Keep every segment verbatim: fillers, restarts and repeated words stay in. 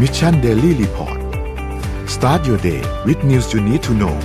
Mission Daily Report start your day with news you need to know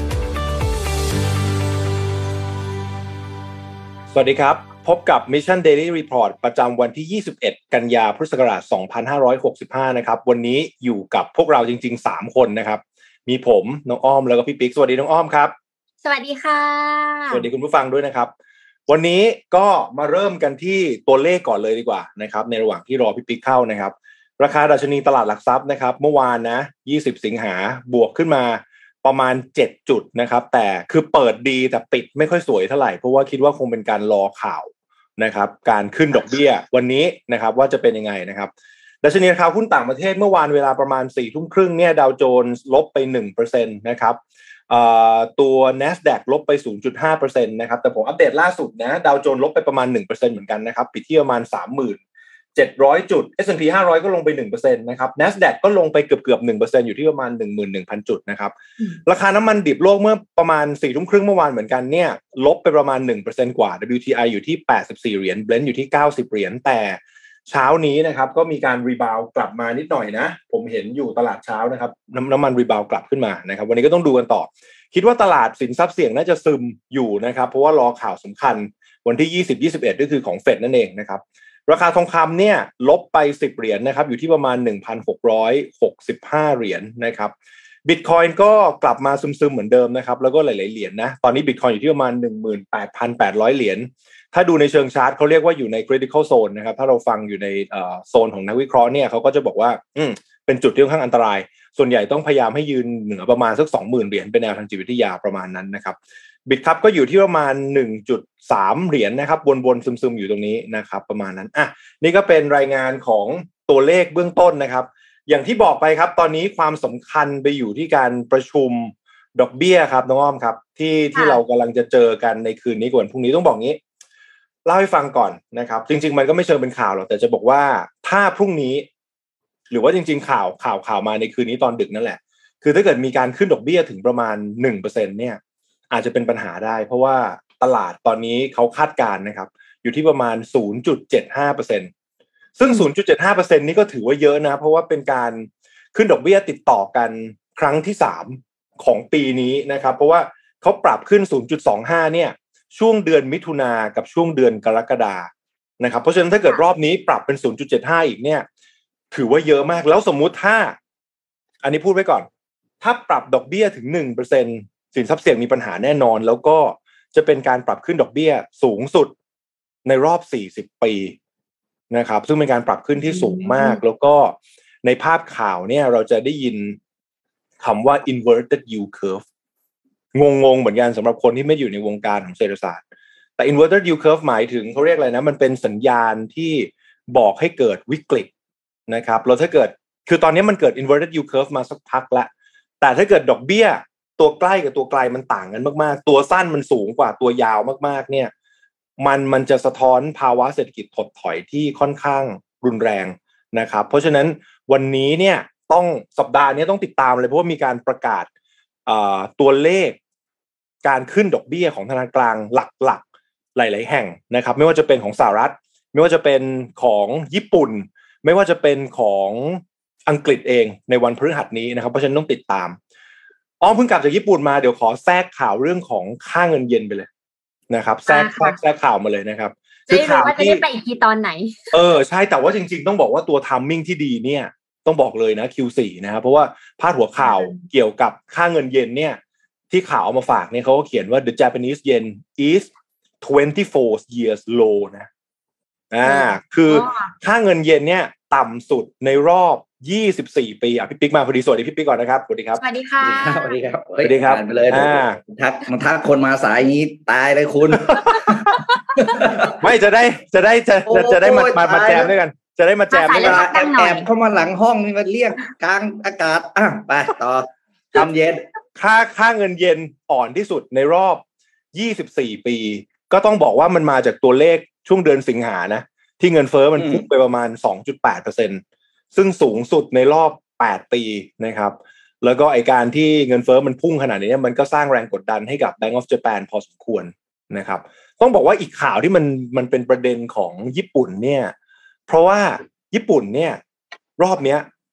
สวัสดีครับพบกับ Mission Daily Report ประจำวันที่ยี่สิบเอ็ดกันยายนพุทธศักราชสองพันห้าร้อยหกสิบห้านะครับวันนี้อยู่กับพวกเราจริงๆสามคนนะครับมีผมน้องอ้อมแล้วก็พี่ปิ๊กสวัสดีน้องอ้อมครับสวัสดีค่ะสวัสดีคุณผู้ฟังด้วยนะครับวันนี้ก็มาเริ่มกันที่ตัวเลขก่อนเลยดีกว่านะครับในระหว่างที่รอพี่ปิ๊กเข้านะครับราคาดัชนีตลาดหลักทรัพย์นะครับเมื่อวานนะยี่สิบสิงหาบวกขึ้นมาประมาณเจ็ดจุดนะครับแต่คือเปิดดีแต่ปิดไม่ค่อยสวยเท่าไหร่เพราะว่าคิดว่าคงเป็นการรอข่าวนะครับการขึ้นดอกเบี้ยวันนี้นะครับว่าจะเป็นยังไงนะครับดัชนีราคาหุ้นต่างประเทศเมื่อวานเวลาประมาณ สี่ทุ่มครึ่งเนี่ยดาวโจนส์ลบไป หนึ่งเปอร์เซ็นต์ นะครับตัว NASDAQ ลบไป ศูนย์จุดห้าเปอร์เซ็นต์ นะครับแต่ผมอัปเดตล่าสุดนะดาวโจนส์ลบไปประมาณ หนึ่งเปอร์เซ็นต์ เหมือนกันนะครับปิดที่ประมาณ สามหมื่นเจ็ดร้อย จุด เอส แอนด์ พี ห้าร้อยก็ลงไป หนึ่งเปอร์เซ็นต์ นะครับ NASDAQ ก็ลงไปเกือบๆ หนึ่งเปอร์เซ็นต์ อยู่ที่ประมาณ หนึ่งหมื่นหนึ่งพัน จุดนะครับราคาน้ำมันดิบโลกเมื่อประมาณ สี่ทุ่มครึ่งเมื่อวานเหมือนกันเนี่ยลบไปประมาณ หนึ่งเปอร์เซ็นต์ กว่า ดับเบิลยู ที ไอ อยู่ที่แปดสิบสี่เหรียญ Brent อยู่ที่เก้าสิบเหรียญแต่เช้านี้นะครับก็มีการรีบาวด์กลับมานิดหน่อยนะผมเห็นอยู่ตลาดเช้านะครับน้ำน้ำมันรีบาวด์กลับขึ้นมานะครับวันนี้ก็ต้องดูกันต่อคิดว่าตลาดสินทรัพย์เสี่ยงน่าจะซึมอยู่นะครับเพราะว่ารอข่าวสำคัญวันที่ยี่สิบ ยี่สิบเอ็ดก็คือของเฟดนั่นเองนะครับราคาทองคำเนี่ยลบไปสิบเหรียญ นะครับอยู่ที่ประมาณ หนึ่งพันหกร้อยหกสิบห้า เหรียญ นะครับ Bitcoin ก็กลับมาซึมๆเหมือนเดิมนะครับแล้วก็หลายๆเหรียญนะตอนนี้ Bitcoin อยู่ที่ประมาณ หนึ่งหมื่นแปดพันแปดร้อย เหรียญถ้าดูในเชิงชาร์ตเขาเรียกว่าอยู่ใน critical zone นะครับถ้าเราฟังอยู่ในเอ่อโซนของนักวิเคราะห์เนี่ยเขาก็จะบอกว่าอืมเป็นจุดที่ค่อนข้างอันตรายส่วนใหญ่ต้องพยายามให้ยืนเหนือประมาณสัก สองหมื่น เหรียญเป็นแนวทางจิตวิทยาประมาณนั้นนะครับบิตครับก็อยู่ที่ประมาณ หนึ่งจุดสาม เหรียญ นะครับวนๆซึมๆอยู่ตรงนี้นะครับประมาณนั้นอ่ะนี่ก็เป็นรายงานของตัวเลขเบื้องต้นนะครับอย่างที่บอกไปครับตอนนี้ความสำคัญไปอยู่ที่การประชุมดอกเบี้ยครับน้องอ้อมครับที่ที่เรากำลังจะเจอกันในคืนนี้ก่อนพรุ่งนี้ต้องบอกงี้เล่าให้ฟังก่อนนะครับจริงๆมันก็ไม่เชิงเป็นข่าวหรอกแต่จะบอกว่าถ้าพรุ่งนี้หรือว่าจริงๆข่าวข่าวข่าวมาในคืนนี้ตอนดึกนั่นแหละคือถ้าเกิดมีการขึ้นดอกเบี้ยถึงประมาณ หนึ่งเปอร์เซ็นต์ เนี่ยอาจจะเป็นปัญหาได้เพราะว่าตลาดตอนนี้เขาคาดการณ์นะครับอยู่ที่ประมาณ ศูนย์จุดเจ็ดห้าเปอร์เซ็นต์ ซึ่ง ศูนย์จุดเจ็ดห้าเปอร์เซ็นต์ นี่ก็ถือว่าเยอะนะเพราะว่าเป็นการขึ้นดอกเบี้ยติดต่อกันครั้งที่สามของปีนี้นะครับเพราะว่าเขาปรับขึ้น ศูนย์จุดสองห้า เนี่ยช่วงเดือนมิถุนากับช่วงเดือนกรกฎานะครับเพราะฉะนั้นถ้าเกิดรอบนี้ปรับเป็น ศูนย์จุดเจ็ดห้า อีกเนี่ยถือว่าเยอะมากแล้วสมมุติถ้าอันนี้พูดไว้ก่อนถ้าปรับดอกเบี้ยถึง หนึ่งเปอร์เซ็นต์สินทรัพย์เสี่ยงมีปัญหาแน่นอนแล้วก็จะเป็นการปรับขึ้นดอกเบี้ยสูงสุดในรอบสี่สิบปีนะครับซึ่งเป็นการปรับขึ้นที่สูงมากแล้วก็ในภาพข่าวเนี่ยเราจะได้ยินคำว่า inverted yield curve งงๆเหมือนกันสำหรับคนที่ไม่อยู่ในวงการของเศรษฐศาสตร์แต่ inverted yield curve หมายถึงเขาเรียกอะไรนะมันเป็นสัญญาณที่บอกให้เกิดวิกฤตนะครับแล้วถ้าเกิดคือตอนนี้มันเกิด inverted yield curve มาสักพักแล้วแต่ถ้าเกิดดอกเบี้ยตัวใกล้กับตัวไกลมันต่างกันมากๆตัวสั้นมันสูงกว่าตัวยาวมากๆเนี่ยมันมันจะสะท้อนภาวะเศรษฐกิจถดถอยที่ค่อนข้างรุนแรงนะครับเพราะฉะนั้นวันนี้เนี่ยต้องสัปดาห์นี้ต้องติดตามเลยเพราะว่ามีการประกาศตัวเลขการขึ้นดอกเบี้ยของธนาคารกลางหลักๆหลายๆแห่งนะครับไม่ว่าจะเป็นของสหรัฐไม่ว่าจะเป็นของญี่ปุ่นไม่ว่าจะเป็นของอังกฤษเองในวันพฤหัสนี้นะครับเพราะฉะนั้นต้องติดตามอ้อมเพิ่งกลับจากญี่ปุ่นมาเดี๋ยวขอแทรกข่าวเรื่องของค่าเงินเยนไปเลยนะครับแทรกแทรกแทรกข่าวมาเลยนะครับคือข่าวว่าจะได้ไปอีกทีตอนไหนเออใช่แต่ว่าจริงๆต้องบอกว่าตัวไทมิ่งที่ดีเนี่ยต้องบอกเลยนะ คิว โฟร์ นะครับเพราะว่าพาดหัวข่าวเกี่ยวกับค่าเงินเยนเนี่ยที่ข่าวเอามาฝากเนี่ยเขาก็เขียนว่า the Japanese yen is twenty-four years low นะอ่าคือค่าเงินเยนเนี่ยต่ำสุดในรอบยี่สิบสี่ปีอ่ะพี่ปิ๊กมาพอดีสวัสดีพี่ปิ๊กก่อนนะครับสวัสดีครับสวัสดีค่ะสวัสดีครับสวัสดีครับไปเลยอ่าทักมันทักคนมาสายนี้ตายเลยคุณไม่จะได้จะได้จะจะได้มามามาแจมด้วยกันจะได้มาแจมด้วยกันแอบแอบเข้ามาหลังห้องนี่มันเรียกกลางอากาศอ่ะไปต่อทำเย็นค่าค่าเงินเยนอ่อนที่สุดในรอบยี่สิบสี่ปีก็ต้องบอกว่ามันมาจากตัวเลขช่วงเดือนสิงหานะที่เงินเฟ้อมันพุ่งไปประมาณ สองจุดแปดเปอร์เซ็นต์ ซึ่งสูงสุดในรอบแปดปีนะครับแล้วก็ไอการที่เงินเฟ้อมันพุ่งขนาดนี้มันก็สร้างแรงกดดันให้กับ Bank of Japan พอสมควรนะครับต้องบอกว่าอีกข่าวที่มันมันเป็นประเด็นของญี่ปุ่นเนี่ยเพราะว่าญี่ปุ่นเนี่ยรอบเนี้ย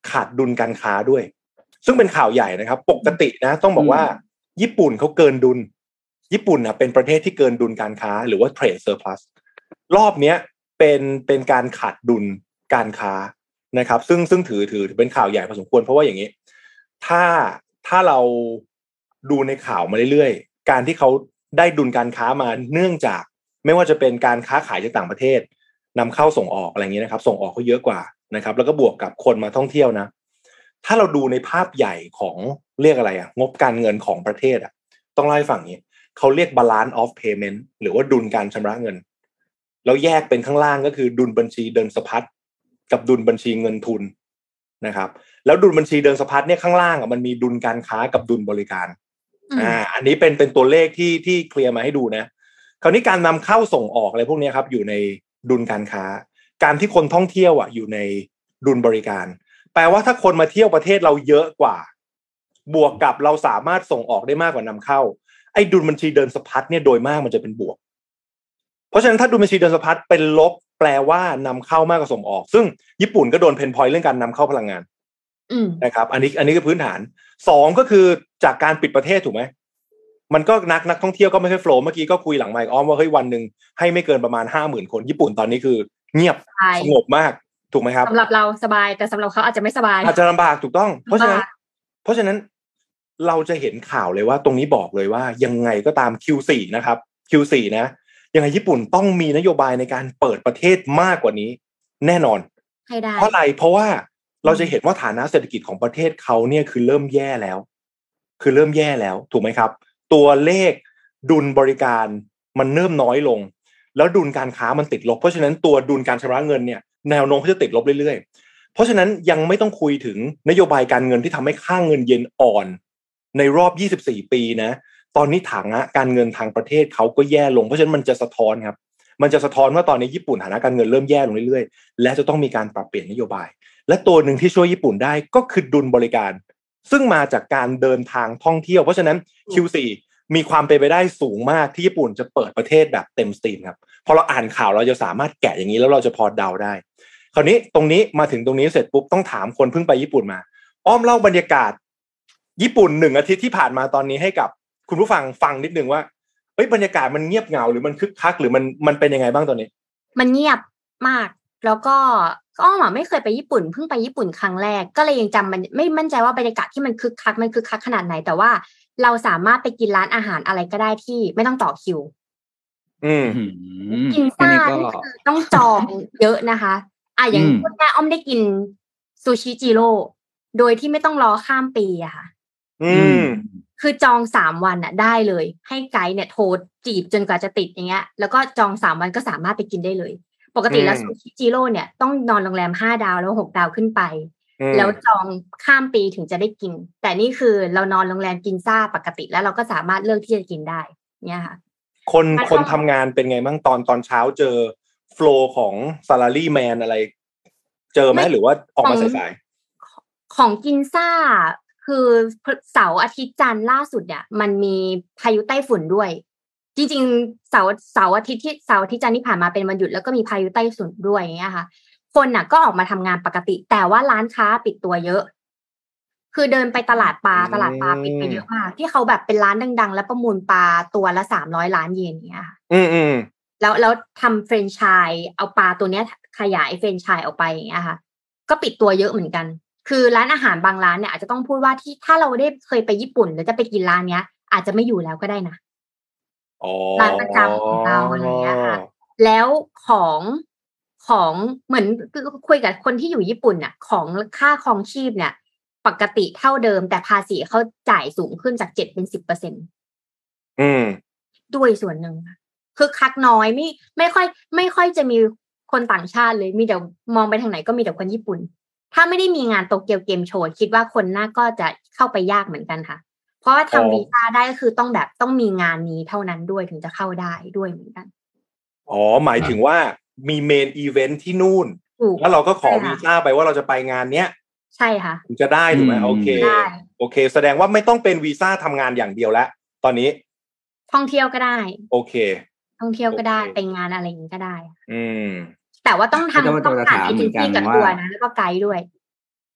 ขาดดุลการค้าด้วยซึ่งเป็นข่าวใหญ่นะครับปกตินะต้องบอกว่าญี่ปุ่นเขาเกินดุลญี่ปุ่นนะเป็นประเทศที่เกินดุลการค้าหรือว่า trade surplus รอบเนี้ยเป็นเป็นการขาดดุลการค้านะครับซึ่งซึ่งถือถือเป็นข่าวใหญ่พอสมควรเพราะว่าอย่างนี้ถ้าถ้าเราดูในข่าวมาเรื่อยๆการที่เขาได้ดุลการค้ามาเนื่องจากไม่ว่าจะเป็นการค้าขายจากต่างประเทศนำเข้าส่งออกอะไรอย่างนี้นะครับส่งออกเขาเยอะกว่านะครับแล้วก็บวกกับคนมาท่องเที่ยวนะถ้าเราดูในภาพใหญ่ของเรียกอะไรอะงบการเงินของประเทศอะต้องเล่าให้ฟังนี้เขาเรียก balance of payment หรือว่าดุลการชำระเงินแล้วแยกเป็นข้างล่างก็คือดุลบัญชีเดินสะพัดกับดุลบัญชีเงินทุนนะครับแล้วดุลบัญชีเดินสะพัดเนี่ยข้างล่างอ่ะมันมีดุลการค้ากับดุลบริการอ่าอันนี้เป็นเป็นตัวเลขที่ที่เคลียร์มาให้ดูนะคราวนี้การนำเข้าส่งออกอะไรพวกนี้ครับอยู่ในดุลการค้าการที่คนท่องเที่ยวอ่ะอยู่ในดุลบริการแปลว่าถ้าคนมาเที่ยวประเทศเราเยอะกว่าบวกกับเราสามารถส่งออกได้มากกว่านำเข้าไอ้ดุลบัญชีเดินสะพัดเนี่ยโดยมากมันจะเป็นบวกเพราะฉะนั้นถ้าดุลบัญชีเดินสะพัดเป็นลบแปลว่านำเข้ามากกว่าส่งออกซึ่งญี่ปุ่นก็โดนเพนพอยต์เรื่องการนำเข้าพลังงานนะครับอันนี้อันนี้คือพื้นฐานสองก็คือจากการปิดประเทศถูกไหมมันก็นักนักท่องเที่ยวก็ไม่ค่อยโฟลว์เมื่อกี้ก็คุยหลังไมค์อ้อมว่าเฮ้ยวันหนึ่งให้ไม่เกินประมาณห้าหมื่นคนญี่ปุ่นตอนนี้คือเงียบสงบมากถูกไหมครับสำหรับเราสบายแต่สำหรับเขาอาจจะไม่สบายอาจจะลำบากถูกต้องเพราะฉะนั้นเพราะฉะนั้นเราจะเห็นข่าวเลยว่าตรงนี้บอกเลยว่ายังไงก็ตาม คิว โฟร์ นะครับ คิว โฟร์ นะยังไงญี่ปุ่นต้องมีนโยบายในการเปิดประเทศมากกว่านี้แน่นอนให้ได้เพราะอะไรเพราะว่าเราจะเห็นว่าฐานะเศรษฐกิจของประเทศเขาเนี่ยคือเริ่มแย่แล้วคือเริ่มแย่แล้วถูกไหมครับตัวเลขดุลบริการมันเริ่มน้อยลงแล้วดุลการค้ามันติดลบเพราะฉะนั้นตัวดุลการชำระเงินเนี่ยแนวโน้มจะติดลบเรื่อยๆเพราะฉะนั้นยังไม่ต้องคุยถึงนโยบายการเงินที่ทำให้ค่าเงินเยนอ่อนในรอบยี่สิบสี่ปีนะตอนนี้ฐานะการเงินทางประเทศเขาก็แย่ลงเพราะฉะนั้นมันจะสะท้อนครับมันจะสะท้อนว่าตอนนี้ญี่ปุ่นฐานะการเงินเริ่มแย่ลงเรื่อยๆและจะต้องมีการปรับเปลี่ยนนโยบายและตัวหนึ่งที่ช่วยญี่ปุ่นได้ก็คือดุลบริการซึ่งมาจากการเดินทางท่องเที่ยวเพราะฉะนั้น คิว โฟร์ มีความเป็นไปได้สูงมากที่ญี่ปุ่นจะเปิดประเทศแบบเต็มสตรีมครับพอเราอ่านข่าวเราจะสามารถแกะอย่างนี้แล้วเราจะพอเดาได้คราวนี้ตรงนี้มาถึงตรงนี้เสร็จปุ๊บต้องถามคนเพิ่งไปญี่ปุ่นมาอ้อมเล่าบรรยากาศญี่ปุ่นหนึ่งอาทิตย์ที่ผ่านมาตอนนี้ให้กับคุณผู้ฟังฟังนิดนึงว่าเอ้ยบรรยากาศมันเงียบเหงาหรือมันคึกคักหรือมันมันเป็นยังไงบ้างตอนนี้มันเงียบมากแล้วก็อ้อมไม่เคยไปญี่ปุ่นเพิ่งไปญี่ปุ่นครั้งแรกก็เลยยังจำมันไม่มั่นใจว่าบรรยากาศที่มันคึกคักมันคึกคักขนาดไหนแต่ว่าเราสามารถไปกินร้านอาหารอะไรก็ได้ที่ไม่ต้องต่อคิวอืมกินซ่านี่คือต้องจองเยอะนะคะอ่ะอย่างพูดง่ายอ้อมได้กินซูชิจิโร่โดยที่ไม่ต้องรอข้ามปีอะค่ะอืมคือจองสามวันอะได้เลยให้ไกด์เนี่ยโทรจีบจนกว่าจะติดอย่างเงี้ยแล้วก็จองสามวันก็สามารถไปกินได้เลยปกติแล้วซูชิจิโร่เนี่ยต้องนอนโรงแรมห้าดาวแล้วหกดาวขึ้นไปแล้วจองข้ามปีถึงจะได้กินแต่นี่คือเรานอนโรงแรมกินซ่าปกติแล้วเราก็สามารถเลือกที่จะกินได้เนี่ยค่ะคนคนทำงานเป็นไงบ้างตอนตอนเช้าเจอโฟลว์ของซาลารี่แมนอะไรเจอไหมหรือว่าออกมาสายๆของกินซ่าคือเสาร์อาทิตย์จันทร์ล่าสุดเนี่ยมันมีพายุไต้ฝุ่นด้วยจริงๆเสาร์เสาร์อาทิตย์ที่เสาร์อาทิตย์จันทร์ที่ผ่านมาเป็นวันหยุดแล้วก็มีพายุไต้ฝุ่นด้วยอย่างเงี้ยค่ะคนน่ะก็ออกมาทำงานปกติแต่ว่าร้านค้าปิดตัวเยอะคือเดินไปตลาดปลาตลาดปลาปิดไปเยอะมากที่เขาแบบเป็นร้านดังๆแล้วประมูลปลาตัวละสามร้อยล้านเยนอย่างเงี้ยค่ะอืมๆแล้วแล้วทำแฟรนไชส์เอาปลาตัวเนี้ยขยายแฟรนไชส์ออกไปอย่างเงี้ยค่ะก็ปิดตัวเยอะเหมือนกันคือร้านอาหารบางร้านเนี่ยอาจจะต้องพูดว่าที่ถ้าเราได้เคยไปญี่ปุ่นหรือจะไปกินร้านเนี้ยอาจจะไม่อยู่แล้วก็ได้นะร้านประจำของเราอะไรเงี้ยค่ะแล้วของของเหมือนคุยกับคนที่อยู่ญี่ปุ่นน่ะของค่าครองชีพเนี่ยปกติเท่าเดิมแต่ภาษีเขาจ่ายสูงขึ้นจากเจ็ดเป็น สิบเปอร์เซ็นต์อืมด้วยส่วนหนึ่งคือคักน้อยไม่ไม่ค่อยไม่ค่อยจะมีคนต่างชาติเลยมีแต่มองไปทางไหนก็มีแต่คนญี่ปุ่นถ้าไม่ได้มีงานโตเกียวเกมโชว์คิดว่าคนน่าก็จะเข้าไปยากเหมือนกันค่ะเพราะว่าทำวีซ่าได้ก็คือต้องแบบต้องมีงานนี้เท่านั้นด้วยถึงจะเข้าได้ด้วยเหมือนกันอ๋อหมายถึงว่ามีเมนอีเวนท์ที่นู่นแล้วเราก็ขอวีซ่าไปว่าเราจะไปงานเนี้ยใช่ค่ะถึงจะได้ถูกไหมโอเคโอเคแสดงว่าไม่ต้องเป็นวีซ่าทำงานอย่างเดียวแล้วตอนนี้ท่องเที่ยวก็ได้โอเคท่องเที่ยวก็ได้ไปงานอะไรอย่างนี้ก็ได้อืมแต่ว่าต้องทำต้องผ่านเอเจนซี่กับตัวนะแล้วก็ไกด์ด้วย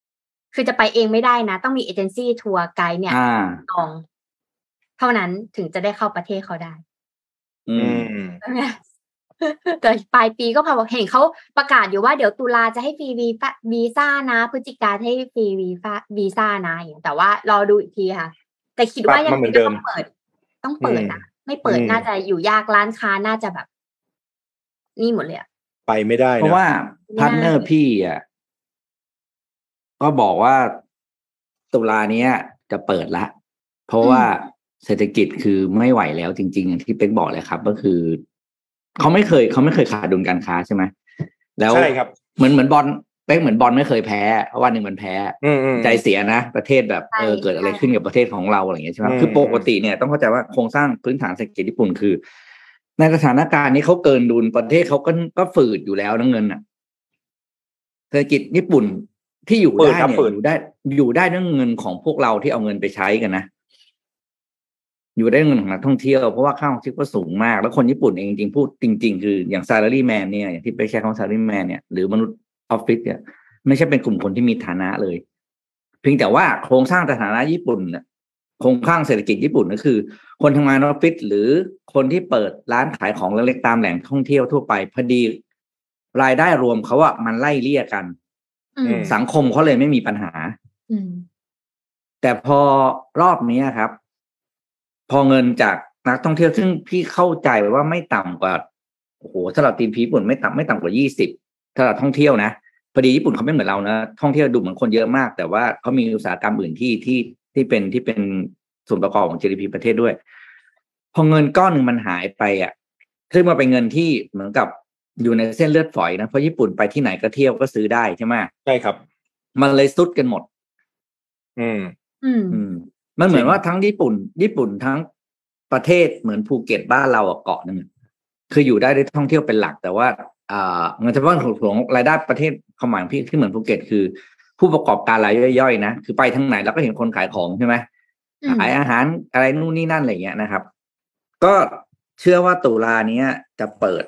คือจะไปเองไม่ได้นะต้องมีเอเจนซี่ทัวร์ไกด์เนี่ยจองเท่านั้นถึงจะได้เข้าประเทศเขาได้อืมแต่ปลายปีก็พอเห็นเขาประกาศอยู่ว่าเดี๋ยวตุลาจะให้ฟรีวีซ่านะพฤศจิกาให้ฟรีวีซ่านะอย่างแต่ว่ารอดูอีกทีค่ะแต่คิดว่ายังไม่ต้องเปิดต้องเปิดนะไม่เปิดน่าจะอยู่ยากร้านค้าน่าจะแบบนี่หมดเลยไปไม่ได้นะเพราะว่าพาร์ทเนอร์พี่อ่ะก็บอกว่าตุลาเนี้ยจะเปิดละเพราะว่าเศรษฐกิจคือไม่ไหวแล้วจริงๆอย่างที่เป๊กบอกเลยครับก็คือเขาไม่เคยเขาไม่เคยขาดดุลการค้าใช่ไหมแล้วใช่ครับเหมือนเหมือนบอลเป๊กเหมือนบอลไม่เคยแพ้วันหนึ่งมันแพ้ใจเสียนะประเทศแบบเออเกิดอะไรขึ้นกับประเทศของเราอะไรอย่างเงี้ยใช่ไหมคือปกติเนี่ยต้องเข้าใจว่าโครงสร้างพื้นฐานเศรษฐกิจญี่ปุ่นคือในสถานการณ์นี้เขาเกินดุลประเทศเขาก็ก็ฝืดอยู่แล้วนะเงินอ่ะเศรษฐกิจญี่ปุ่นที่อยู่ได้เนี่ยอยู่ได้อยู่ได้ด้วยเงินของพวกเราที่เอาเงินไปใช้กันนะอยู่ได้เงินของนักท่องเที่ยวเพราะว่าค่าของชีพก็สูงมากแล้วคนญี่ปุ่นเองจริงๆพูดจริงๆคืออย่าง salary man เนี่ยอย่างที่ไปแชร์ของ salary man เนี่ยหรือมนุษย์ออฟฟิศเนี่ยไม่ใช่เป็นกลุ่มคนที่มีฐานะเลยเพียงแต่ว่าโครงสร้างฐานะญี่ปุ่นเนี่ยโครงสร้างเศรษฐกิจญี่ปุ่นก็คือคนทำงานออฟฟิศหรือคนที่เปิดร้านขายของเล็กๆตามแหล่งท่องเที่ยวทั่วไปพอดีรายได้รวมเขาอะมันไล่เลี่ยกันสังคมเขาเลยไม่มีปัญหาแต่พอรอบนี้ครับพอเงินจากนักท่องเที่ยวซึ่งพี่เข้าใจว่าไม่ต่ำกว่าโอ้โหสำหรับทีมญี่ปุ่นไม่ต่ำไม่ต่ำกว่ายี่สิบสำหรับท่องเที่ยวนะพอดีญี่ปุ่นเขาไม่เหมือนเรานะท่องเที่ยวดูเหมือนคนเยอะมากแต่ว่าเขามีอุตสาหกรรมอื่นที่ที่ที่เป็นที่เป็นส่วนประกอบของ จี ดี พี ประเทศด้วยพอเงินก้อนหนึ่งมันหายไปอ่ะซึ่งมันเป็นเงินที่เหมือนกับอยู่ในเส้นเลือดฝอยนะเพราะญี่ปุ่นไปที่ไหนก็เที่ยวก็ซื้อได้ใช่ไหมใช่ครับมันเลยซุดกันหมดอืมอืมอืมมันเหมือนว่าทั้งญี่ปุ่นญี่ปุ่นทั้งประเทศเหมือนภูเก็ตบ้านเราเกาะนึงคืออยู่ได้ด้วยท่องเที่ยวเป็นหลักแต่ว่าอ่าเงินเฉพาะของรายได้ประเทศความหมายพี่ที่เหมือนภูเก็ตคือผู้ประกอบการรายย่อยๆนะคือไปทางไหนเราก็เห็นคนขายของใช่ไหมขายอาหารอะไรนู่นนี่นั่นอะไรเงี้ยนะครับก็เชื่อว่าตุลานี้จะเปิด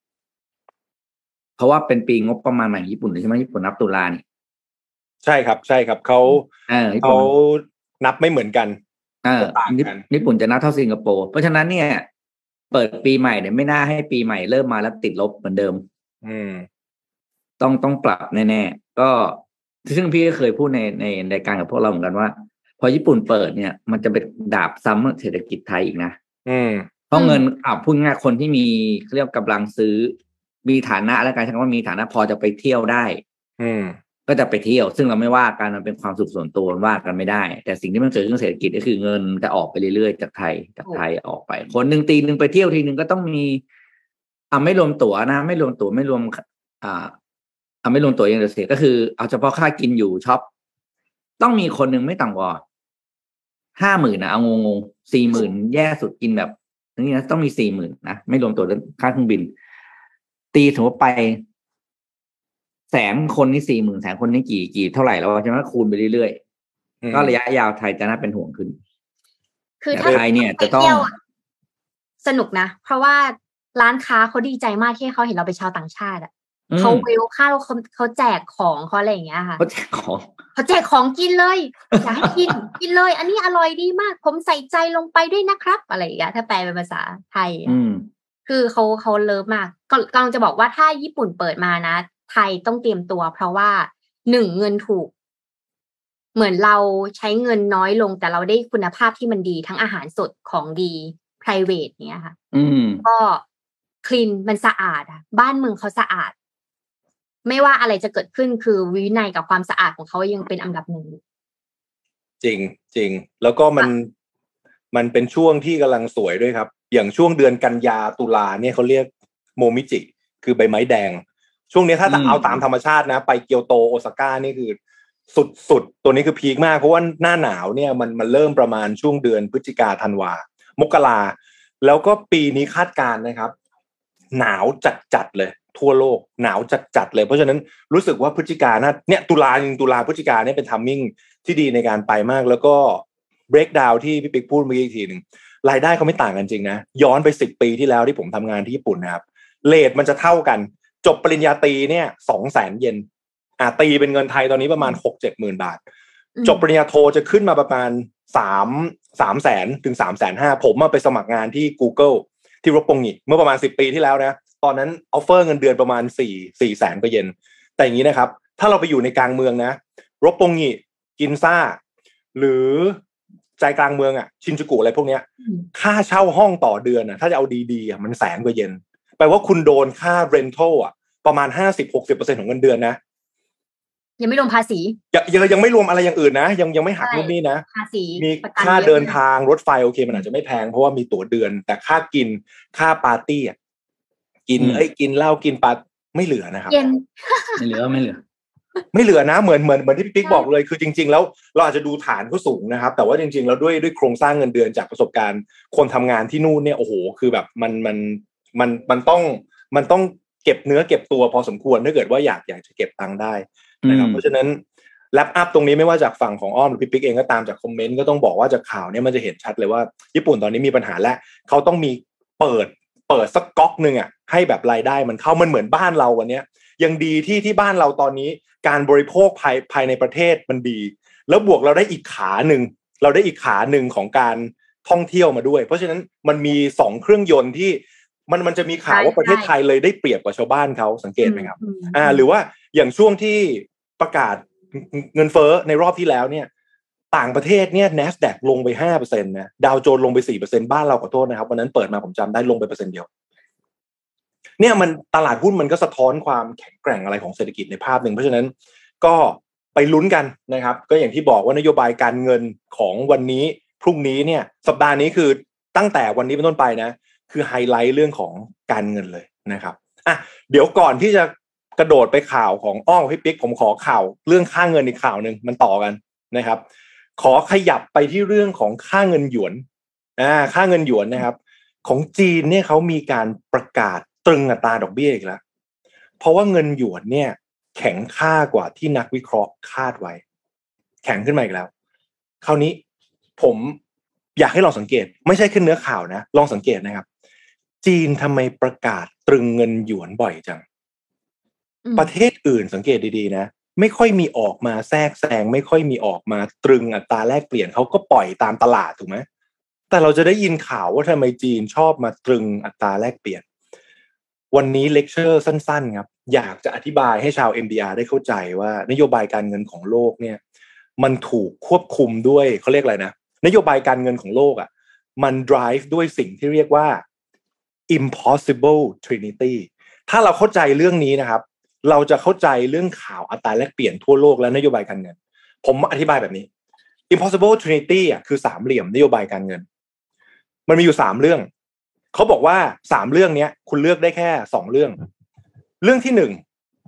เพราะว่าเป็นปีงบประมาณใหม่ญี่ปุ่นใช่ไหมญี่ปุ่นนับตุลานี่ใช่ครับใช่ครับเขาเขานับไม่เหมือนกันเออญี่ปุ่นจะนับเท่าสิงคโปร์เพราะฉะนั้นเนี่ยเปิดปีใหม่เนี่ยไม่น่าให้ปีใหม่เริ่มมาแล้วติดลบเหมือนเดิมอืมต้องต้องปรับแน่ๆก็ซึ่งพี่ก็เคยพูดในในรายการกับพวกเราเหมือนกันว่าพอญี่ปุ่นเปิดเนี่ยมันจะเป็นดาบซ้ำเศรษฐกิจไทยอีกนะอืมเพราะเงินอ่าพูดง่ายคนที่มีเรียกกำลังซื้อมีฐานะและการใช้คำว่ามีฐานะพอจะไปเที่ยวได้อืมก็จะไปเที่ยวซึ่งเราไม่ว่ากันมันเป็นความสุขส่วนตัวว่ากันไม่ได้แต่สิ่งที่มันเกิดขึ้นเศรษฐกิจก็คือเงินจะออกไปเรื่อยๆจากไทยจากไทยออกไปคนหนึ่งตีหนึ่งไปเที่ยวทีหนึ่งก็ต้องมีอ่าไม่รวมตั๋วนะไม่รวมตั๋วไม่รวมอ่าอ่าไม่รวมตั๋วอย่างเดียวเสียก็คือเอาเฉพาะค่ากินอยู่ช็อปต้องมีคนหนึ่งไม่ต่ำกว่าห้าหมื่นนะเอางงๆสี่หมื่นแย่สุดกินแบบนี้นะต้องมีสี่หมื่นนะไม่รวมตั๋วค่าเครื่องบินตีถือว่าไปแสนคนนี่สี่หมื่นแสนคนนี่กี่กี่เท่าไหร่แล้วใช่ไหมคูณไปเรื่อยๆก็ระยะยาวไทยจะน่าเป็นห่วงขึ้นคือถ้าไทยเนี่ยจะต้องสนุกนะเพราะว่าร้านค้าเขาดีใจมากที่เขาเห็นเราเป็นชาวต่างชาติอ่ะเขาเวลค่าเขาเขาแจกของเขาอะไรอย่างเงี้ยค่ะเขาแจกของเขาแจกของกินเลยอยากให้กินกินเลยอันนี้อร่อยดีมากผมใส่ใจลงไปด้วยนะครับอะไรอย่างเงี้ยถ้าแปลเป็นภาษาไทยคือเขาเขาเลิฟมากก็กำลังจะบอกว่าถ้าญี่ปุ่นเปิดมานะไทยต้องเตรียมตัวเพราะว่าหนึ่งเงินถูกเหมือนเราใช้เงินน้อยลงแต่เราได้คุณภาพที่มันดีทั้งอาหารสดของดี private เนี้ยค่ะก็คลีนมันสะอาดอ่ะบ้านเมืองเขาสะอาดไม่ว่าอะไรจะเกิดขึ้นคือวินัยกับความสะอาดของเขายังเป็นอันดับหนึ่งจริงจริงแล้วก็มันมันเป็นช่วงที่กำลังสวยด้วยครับอย่างช่วงเดือนกันยาตุลาเนี่ยเขาเรียกโมมิจิคือใบไม้แดงช่วงนี้ถ้าเอาตามธรรมชาตินะไปเกียวโตโอซาก้านี่คือสุดๆตัวนี้คือพีคมากเพราะว่าหน้าหนาวเนี่ยมันมันเริ่มประมาณช่วงเดือนพฤศจิกาธันวามกราแล้วก็ปีนี้คาดการณ์นะครับหนาวจัดๆเลยทั่วโลกหนาวจัดๆเลยเพราะฉะนั้นรู้สึกว่าพฤศจิกานะเนี่ยตุลาจริงตุลาพฤศจิกาเนี่ยเป็นทัมมิ่งที่ดีในการไปมากแล้วก็เบรกดาวน์ที่พี่ปิ๊กพูดเมื่อกี้อีกทีนึงรายได้เขาไม่ต่างกันจริงนะย้อนไปสิบปีที่แล้วที่ผมทำงานที่ญี่ปุ่นนะครับเรทมันจะเท่ากันจบปริญญาตรีเนี่ย สองแสน เยนอ่าตีเป็นเงินไทยตอนนี้ประมาณ หกเจ็ดหมื่น บาทจบปริญญาโทจะขึ้นมาประมาณสาม สามแสนถึง สามแสนห้าหมื่น ผมมาไปสมัครงานที่ Google ที่รถปงงิเมื่อประมาณสิบปีที่แล้วนะตอนนั้นออฟเฟอร์เงินเดือนประมาณสี่ สี่แสนกว่าเยนแต่อย่างนี้นะครับถ้าเราไปอยู่ในกลางเมืองนะรถปงงิกินซ่าหรือใจกลางเมืองอ่ะชินจูกุอะไรพวกเนี้ยค่าเช่าห้องต่อเดือนอ่ะถ้าจะเอาดีๆอ่ะมันแสนกว่าเยนแปลว่าคุณโดนค่า rental อ่ะประมาณ ห้าสิบถึงหกสิบเปอร์เซ็นต์ ของเงินเดือนนะยังไม่รวมภาษียังยังยังไม่รวมอะไรอย่างอื่นนะยังยังไม่หักนู่นนี่นะภาษีมีค่าเดินทางรถไฟโอเคมันอาจจะไม่แพงเพราะว่ามีตั๋วเดือนแต่ค่ากินค่าปาร์ตี้อ่ะกินเอ้ยกินเหล้ากินปาไม่เหลือนะครับไม่เหลือไม่เหลือไม่เหลือนะเหมือนเหมือนเหมือนที่พี่ปิ๊กบอกเลยคือจริงๆแล้วเราอาจจะดูฐานเขาสูงนะครับแต่ว่าจริงๆแล้วด้วยด้วยโครงสร้างเงินเดือนจากประสบการณ์คนทำงานที่นู่นเนี่ยโอ้โหคือแบบมันมันมันมันต้องมันต้องเก็บเนื้อเก็บตัวพอสมควรถ้าเกิดว่าอยากอยากจะเก็บตังค์ได้นะครับเพราะฉะนั้นแลปอัพตรงนี้ไม่ว่าจากฝั่งของอ้อมหรือพี่ปิ๊กเองก็ตามจากคอมเมนต์ก็ต้องบอกว่าจากข่าวเนี่ยมันจะเห็นชัดเลยว่าญี่ปุ่นตอนนี้มีปัญหาและเขาต้องมีเปิดเปิดสักก๊อกนึงอ่ะให้แบบรายได้มันเข้ามันเหมือนบ้านเราวันนี้ยังดีที่ที่บ้านเราตอนนี้การบริโภคภายภายในประเทศมันดีแล้วบวกเราได้อีกขาหนึ่งเราได้อีกขาหนึ่งของการท่องเที่ยวมาด้วยเพราะฉะนั้นมันมีสองเครื่องยนต์ที่มันมันจะมีข่าวว่าประเทศไทยเลยได้เปรียบกว่าชาวบ้านเขาสังเกตไหมครับอ่าหรือว่าอย่างช่วงที่ประกาศเงินเฟ้อในรอบที่แล้วเนี่ยต่างประเทศเนี่ย NASDAQ ลงไป ห้าเปอร์เซ็นต์ นะดาวโจนส์ลงไป สี่เปอร์เซ็นต์ บ้านเราขอโทษนะครับวันนั้นเปิดมาผมจำได้ลงไปเปอร์เซ็นต์เดียวเนี่ยมันตลาดหุ้นมันก็สะท้อนความแข็งแกร่งอะไรของเศรษฐกิจในภาพหนึ่งเพราะฉะนั้นก็ไปลุ้นกันนะครับก็อย่างที่บอกว่านโยบายการเงินของวันนี้พรุ่งนี้เนี่ยสัปดาห์นี้คือตั้งแต่วันนี้เป็นต้นไปนะคือไฮไลท์เรื่องของการเงินเลยนะครับอ่ะเดี๋ยวก่อนที่จะกระโดดไปข่าวของอ้อพี่ปิ๊กผมขอข่าวเรื่องค่าเงินอีกข่าวนึงมันต่อกันนะครับขอขยับไปที่เรื่องของค่าเงินหยวนอ่าค่าเงินหยวนนะครับของจีนเนี่ยเขามีการประกาศตรึงอัตราดอกเบี้ยอีกแล้วเพราะว่าเงินหยวนเนี่ยแข็งค่ากว่าที่นักวิเคราะห์คาดไว้แข็งขึ้นมาอีกแล้วคราวนี้ผมอยากให้ลองสังเกตไม่ใช่แค่เนื้อข่าวนะลองสังเกตนะครับจีนทำไมประกาศตรึงเงินหยวนบ่อยจังประเทศอื่นสังเกตดีๆนะไม่ค่อยมีออกมาแทรกแซงไม่ค่อยมีออกมาตรึงอัตราแลกเปลี่ยนเขาก็ปล่อยตามตลาดถูกไหมแต่เราจะได้ยินข่าวว่าทำไมจีนชอบมาตรึงอัตราแลกเปลี่ยนวันนี้เลคเชอร์สั้นๆครับอยากจะอธิบายให้ชาว เอ็ม ดี อาร์ ได้เข้าใจว่านโยบายการเงินของโลกเนี่ยมันถูกควบคุมด้วยเขาเรียกอะไรนะนโยบายการเงินของโลกอ่ะมัน drive ด้วยสิ่งที่เรียกว่า impossible trinity ถ้าเราเข้าใจเรื่องนี้นะครับเราจะเข้าใจเรื่องข่าวอัตราแลกเปลี่ยนทั่วโลกและนโยบายการเงินผมอธิบายแบบนี้ impossible trinity อ่ะคือสามเหลี่ยมนโยบายการเงินมันมีอยู่สามเรื่องเขาบอกว่าสามเรื่องนี้คุณเลือกได้แค่สองเรื่องเรื่องที่หนึ่ง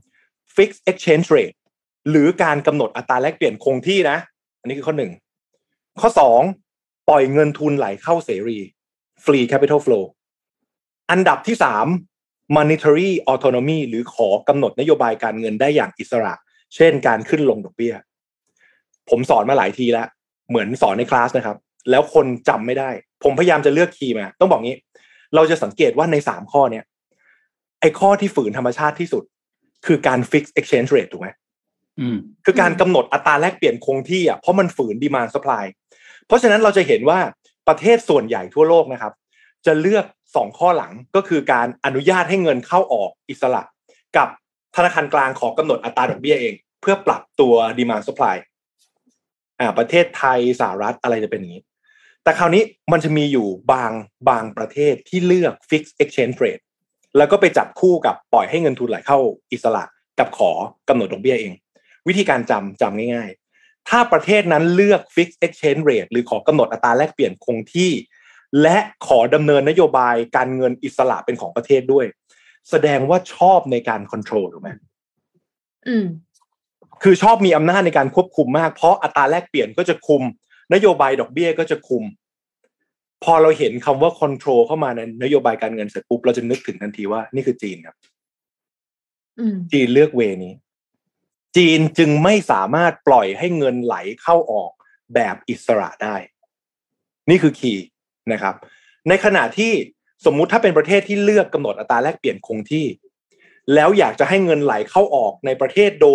fixed exchange rate หรือการกำหนดอัตราแลกเปลี่ยนคงที่นะอันนี้คือข้อหนึ่งข้อสองปล่อยเงินทุนไหลเข้าเสรี free capital flow อันดับที่สาม monetary autonomy หรือขอกำหนดนโยบายการเงินได้อย่างอิสระเช่นการขึ้นลงดอกเบี้ยผมสอนมาหลายทีแล้วเหมือนสอนในคลาสนะครับแล้วคนจำไม่ได้ผมพยายามจะเลือกคีย์มาต้องบอกงี้เราจะสังเกตว่าในสามข้อเนี้ยไอ้ข้อที่ฝืนธรรมชาติที่สุดคือการ fix exchange rate ถูกไหมอืมคือการกำหนดอัตราแลกเปลี่ยนคงที่อ่ะเพราะมันฝืน demand supply เพราะฉะนั้นเราจะเห็นว่าประเทศส่วนใหญ่ทั่วโลกนะครับจะเลือกสองข้อหลังก็คือการอนุญาตให้เงินเข้าออกอิสระกับธนาคารกลางขอกำหนดอัตราดอกเบี้ยเองเพื่อปรับตัว demand supply อ่าประเทศไทยสหรัฐอะไรจะเป็นอย่างนี้แต่คราวนี้มันจะมีอยู่บางบางประเทศที่เลือก fixed exchange rate แล้วก็ไปจับคู่กับปล่อยให้เงินทุนไหลเข้าอิสระกับขอกำหนดดอกเบี้ยเองวิธีการจำจำง่ายๆถ้าประเทศนั้นเลือก fixed exchange rate หรือขอกำหนดอัตราแลกเปลี่ยนคงที่และขอดำเนินนโยบายการเงินอิสระเป็นของประเทศด้วยแสดงว่าชอบในการ control ถูกไหมอืมคือชอบมีอำนาจในการควบคุมมากเพราะอัตราแลกเปลี่ยนก็จะคุมนโยบายดอกเบี้ยก็จะคุมพอเราเห็นคำว่า control เข้ามาในนโยบายการเงินเสร็จปุ๊บเราจะนึกถึงทันทีว่านี่คือจีนครับจีนเลือกเวนี้จีนจึงไม่สามารถปล่อยให้เงินไหลเข้าออกแบบอิสระได้นี่คือคีย์นะครับในขณะที่สมมุติถ้าเป็นประเทศที่เลือกกำหนดอัตราแลกเปลี่ยนคงที่แล้วอยากจะให้เงินไหลเข้าออกในประเทศโดย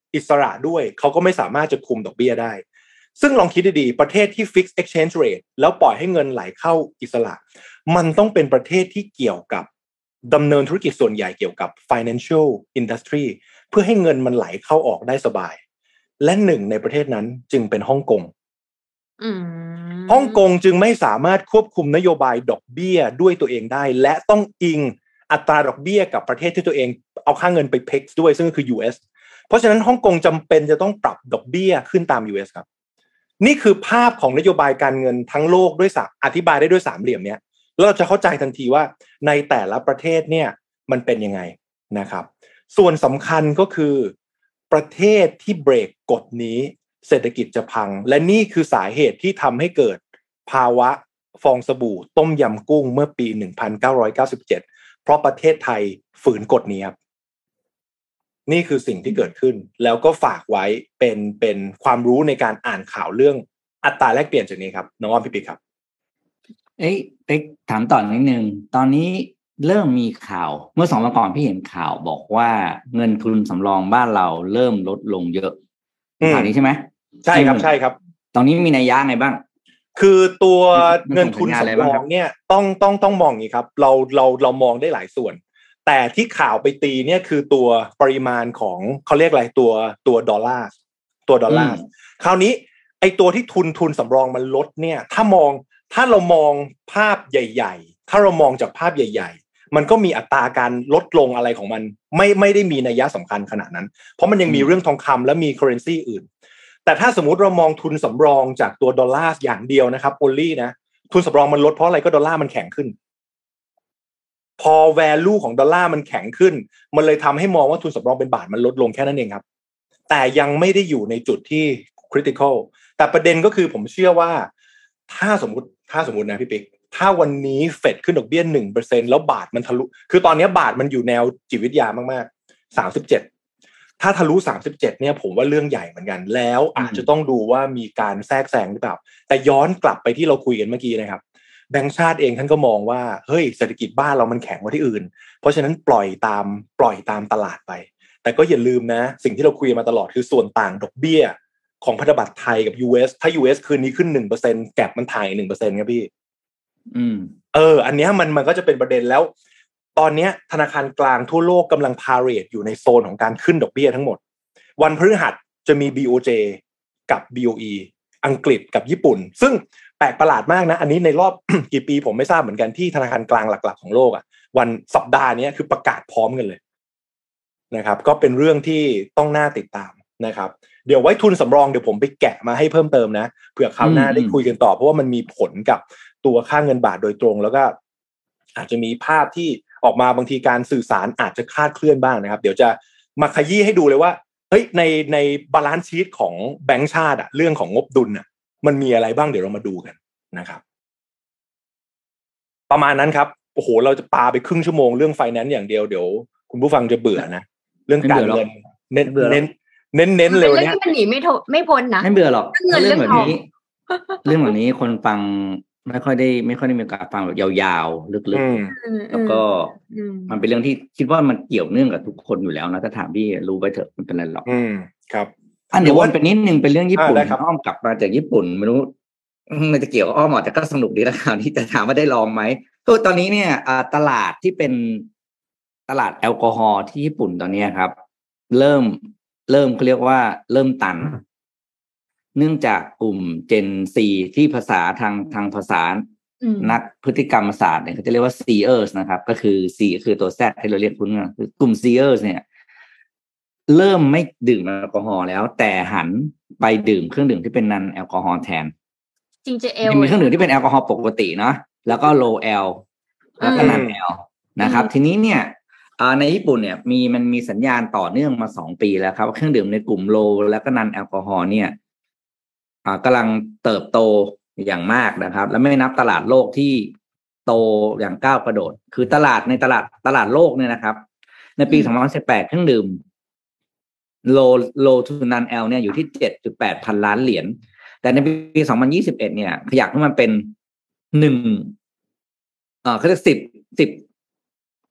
อิสระด้วยเขาก็ไม่สามารถจะคุมดอกเบี้ยได้ซึ่งลองคิดดีๆประเทศที่ fixed exchange rate แล้วปล่อยให้เงินไหลเข้าอิสระมันต้องเป็นประเทศที่เกี่ยวกับดำเนินธุรกิจส่วนใหญ่เกี่ยวกับ financial industry เพื่อให้เงินมันไหลเข้าออกได้สบายและหนึ่งในประเทศนั้นจึงเป็นฮ่องกงฮ่องกงจึงไม่สามารถควบคุมนโยบายดอกเบี้ยด้วยตัวเองได้และต้องอิงอัตราดอกเบี้ยกับประเทศที่ตัวเองเอาค่าเงินไปเพกซ์ด้วยซึ่งก็คือ ยู เอส เพราะฉะนั้นฮ่องกงจำเป็นจะต้องปรับดอกเบี้ยขึ้นตาม ยู เอส ครับนี่คือภาพของนโยบายการเงินทั้งโลกด้วยสามอธิบายได้ด้วยสามเหลี่ยมเนี้ยแล้วเราจะเข้าใจทันทีว่าในแต่ละประเทศเนี่ยมันเป็นยังไงนะครับส่วนสำคัญก็คือประเทศที่เบรกกฎนี้เศรษฐกิจจะพังและนี่คือสาเหตุที่ทำให้เกิดภาวะฟองสบู่ต้มยำกุ้งเมื่อปีหนึ่งพันเก้าร้อยเก้าสิบเจ็ดเพราะประเทศไทยฝืนกฎนี้ครับนี่คือสิ่งที่เกิดขึ้นแล้วก็ฝากไว้เป็นเป็นความรู้ในการอ่านข่าวเรื่องอัตราแลกเปลี่ยนจากนี้ครับน้องอ้อมพี่ปิ๊กครับเอ้ยเป๊กถามต่อนิดนึงตอนนี้เริ่มมีข่าวเมื่อสองวันก่อนพี่เห็นข่าวบอกว่าเงินทุนสำรองบ้านเราเริ่มลดลงเยอะข่าวนี้ใช่ไหมใช่ครับใช่ครับตอนนี้มีนัยยะไงบ้างคือตัวเงินทุนสำรองเนี่ยต้องต้องต้องมองอย่างนี้ครับเราเราเรามองได้หลายส่วนแต่ที่ข่าวไปตีเนี่ยคือตัวปริมาณของเขาเรียกอะไรตัวตัวดอลลาร์ตัวดอลลาร์คราวนี้ไอตัวที่ทุนทุนสำรองมันลดเนี่ยถ้ามองถ้าเรามองภาพใหญ่ๆถ้าเรามองจากภาพใหญ่ๆมันก็มีอัตราการลดลงอะไรของมันไม่ไม่ได้มีนัยสำคัญขนาดนั้นเพราะมันยังมีเรื่องทองคำและมี currency อื่นแต่ถ้าสมมุติเรามองทุนสำรองจากตัวดอลลาร์อย่างเดียวนะครับ only นะทุนสำรองมันลดเพราะอะไรก็ดอลลาร์มันแข็งขึ้นพอ value ของดอลลาร์มันแข็งขึ้นมันเลยทำให้มองว่าทุนสำรองเป็นบาทมันลดลงแค่นั้นเองครับแต่ยังไม่ได้อยู่ในจุดที่ critical แต่ประเด็นก็คือผมเชื่อว่าถ้าสมมุติถ้าสมมุตินะพี่ปิ๊กถ้าวันนี้เฟดขึ้นดอกเบี้ย หนึ่งเปอร์เซ็นต์ แล้วบาทมันทะลุคือตอนนี้บาทมันอยู่แนวจิตวิทยามากๆสามสิบเจ็ดถ้าทะลุสามสิบเจ็ดเนี่ยผมว่าเรื่องใหญ่เหมือนกันแล้วอาจจะต้องดูว่ามีการแทรกแซงหรือเปล่าแต่ย้อนกลับไปที่เราคุยกันเมื่อกี้นะครับแบงก์ชาติเองท่านก็มองว่าเฮ้ยเศรษฐกิจบ้านเรามันแข็งกว่าที่อื่นเพราะฉะนั้นปล่อยตามปล่อยตามตลาดไปแต่ก็อย่าลืมนะสิ่งที่เราคุยมาตลอดคือส่วนต่างดอกเบี้ยของพันธบัตรไทยกับ ยู เอส ถ้า ยู เอส คืนนี้ขึ้น หนึ่งเปอร์เซ็นต์ แก็บมันถ่าย หนึ่งเปอร์เซ็นต์ ครับพี่อืมเอออันเนี้ยมันมันก็จะเป็นประเด็นแล้วตอนเนี้ยธนาคารกลางทั่วโลกกำลังพาเรดอยู่ในโซนของการขึ้นดอกเบี้ยทั้งหมดวันพฤหัสจะมี บี โอ เจ กับ บี โอ อี อังกฤษกับญี่ปุ่นซึ่งแปลกประหลาดมากนะอันนี้ในรอบ กี่ปีผมไม่ทราบเหมือนกันที่ธนาคารกลางหลักๆของโลกอ่ะวันสัปดาห์นี้คือประกาศพร้อมกันเลยนะครับก็เป็นเรื่องที่ต้องน่าติดตามนะครับเดี๋ยวไว้ทุนสำรองเดี๋ยวผมไปแกะมาให้เพิ่มเติมนะเผื่อคราวหน้าได้คุยกันต่อเพราะว่ามันมีผลกับตัวค่าเงินบาทโดยตรงแล้วก็อาจจะมีภาพที่ออกมาบางทีการสื่อสารอาจจะคลาดเคลื่อนบ้างนะครับเดี๋ยวจะมาขยี้ให้ดูเลยว่าเฮ้ยในในบาลานซ์ชีทของแบงก์ชาติอะเรื่องของงบดุลอะมันมีอะไรบ้างเดี๋ยวเรามาดูกันนะครับประมาณนั้นครับโอ้โหเราจะปาไปครึ่งชั่วโมงเรื่องไฟแนนซ์อย่างเดียวเดี๋ยวคุณผู้ฟังจะเบื่อนะเรื่องการเงินเน้นเน้นเน้นเน้นเลยเนี่ยมันหนีไม่ไม่พ้นนะไม่เบื่อหรอกเรื่องแบบนี้เรื่องแบบนี้คนฟังไม่ค่อยได้ไม่ค่อยได้มีโอกาสฟังแบบยาวๆลึกๆแล้วก็มันเป็นเรื่องที่คิดว่ามันเกี่ยวเนื่องกับทุกคนอยู่แล้วนะถ้าถามพี่รู้ไปเถอะมันเป็นอะไรหรอกอืมครับอันเดี๋ยววนไปนิดนึงเป็นเรื่องญี่ปุ่นอ้อมกลับมาจากญี่ปุ่นไม่รู้มันจะเกี่ยวอ้อมหรอแต่ก็สนุกดีนะคราวนี้แต่ถามว่าได้ลองไหมก็ตอนนี้เนี่ยตลาดที่เป็นตลาดแอลกอฮอล์ที่ญี่ปุ่นตอนนี้ครับเริ่มเริ่มเขาเรียกว่าเริ่มตันเนื่องจากกลุ่ม Gen Z ที่ภาษาทางทางภาษานักพฤติกรรมศาสตร์เนี่ยเขาจะเรียกว่า Seers นะครับก็คือ C คือตัว Z ที่เราเรียกคุ้นกันคือกลุ่ม Seers เนี่ยเริ่มไม่ดื่มแอลกอฮอล์แล้วแต่หันไปดื่มเครื่องดื่มที่เป็นนันแอลกอฮอล์แทนจริงจะเอลมีเครื่องดื่มที่เป็นแอลกอฮอล์ปกติเนาะแล้วก็ low แอล แล้วก็นันแอลนะครับทีนี้เนี่ยในญี่ปุ่นเนี่ยมีมันมีสัญญาณต่อเนื่องมาสองปีแล้วครับเครื่องดื่มในกลุ่มโลแล้วก็นันแอลกอฮอล์เนี่ยกำลังเติบโตอย่างมากนะครับและไม่นับตลาดโลกที่โตอย่างก้าวกระโดดคือตลาดในตลาดตลาดโลกเนี่ยนะครับในปีสองพันสิบแปดเครื่องดื่มโลโลทูนันแอลเนี่ยอยู่ที่ เจ็ดจุดแปด พันล้านเหรียญแต่ในปีสองพันยี่สิบเอ็ดเนี่ยขยับขึ้นมาเป็นหนึ่งเอ่อเขาเรียกสิบ สิบ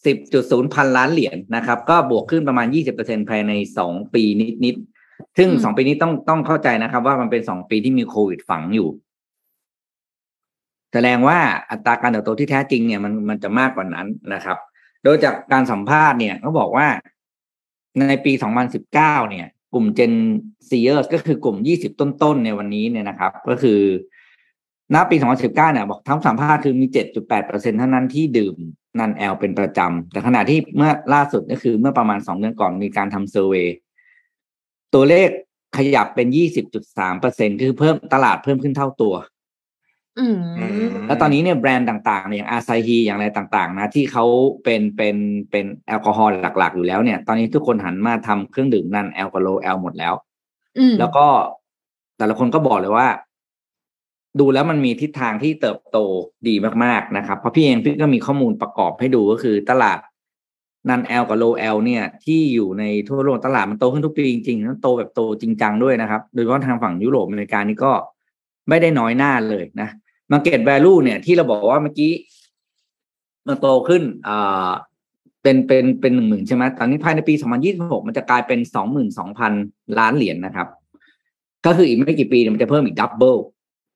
สิบจุดศูนย์ พันล้านเหรียญ นะครับก็บวกขึ้นประมาณ ยี่สิบเปอร์เซ็นต์ ภายในสองปีนิดๆซึ่งสองปีนี้ต้องต้องเข้าใจนะครับว่ามันเป็นสองปีที่มีโควิดฝังอยู่แสดงว่าอัตราการเติบโตที่แท้จริงเนี่ยมันมันจะมากกว่านั้นนะครับโดยจากการสัมภาษณ์เนี่ยเขาบอกว่าในปีสองพันสิบเก้าเนี่ยกลุ่ม Gen Zers ก็คือกลุ่มยี่สิบต้นๆในวันนี้เนี่ยนะครับก็คือณปีสองพันสิบเก้าเนี่ยบอกทั้งสัมภาษณ์คือมี เจ็ดจุดแปดเปอร์เซ็นต์ เท่านั้นที่ดื่มนันแอลเป็นประจำแต่ขณะที่เมื่อล่าสุดก็คือเมื่อประมาณสองเดือนก่อนมีการทำเซอร์เวย์ตัวเลขขยับเป็น ยี่สิบจุดสามเปอร์เซ็นต์ คือเพิ่มตลาดเพิ่มขึ้นเท่าตัวอืมแล้วตอนนี้เนี่ยแบรนด์ต่างๆอย่างอาซาฮีอย่างไรต่างๆนะที่เขาเป็นเป็นเป็นแอลกอฮอล์หลักๆอยู่แล้วเนี่ยตอนนี้ทุกคนหันมาทำเครื่องดื่มนันแอลกอโลแอลหมดแล้วแล้วก็แต่ละคนก็บอกเลยว่าดูแล้วมันมีทิศทางที่เติบโตดีมากๆนะครับเพราะพี่เองพี่ก็มีข้อมูลประกอบให้ดูก็คือตลาดนันแอลกับโลแอลเนี่ยที่อยู่ในทั่วโลกตลาดมันโตขึ้นทุกปีจริงๆแล้วโตแบบโตจริงจังด้วยนะครับโดยเฉพาะทางฝั่งยุโรปอเมริกานี่ก็ไม่ได้น้อยหน้าเลยนะMarket value เนี่ยที่เราบอกว่าเมื่อกี้มันโตขึ้นอ่าเป็นเป็นเป็น หนึ่งหมื่น ใช่ไหมตอนนี้ภายในปีสองพันยี่สิบหกมันจะกลายเป็น สองหมื่นสองพัน ล้านเหรียญ นะครับก็คืออีกไม่กี่ปีมันจะเพิ่มอีกดับเบิล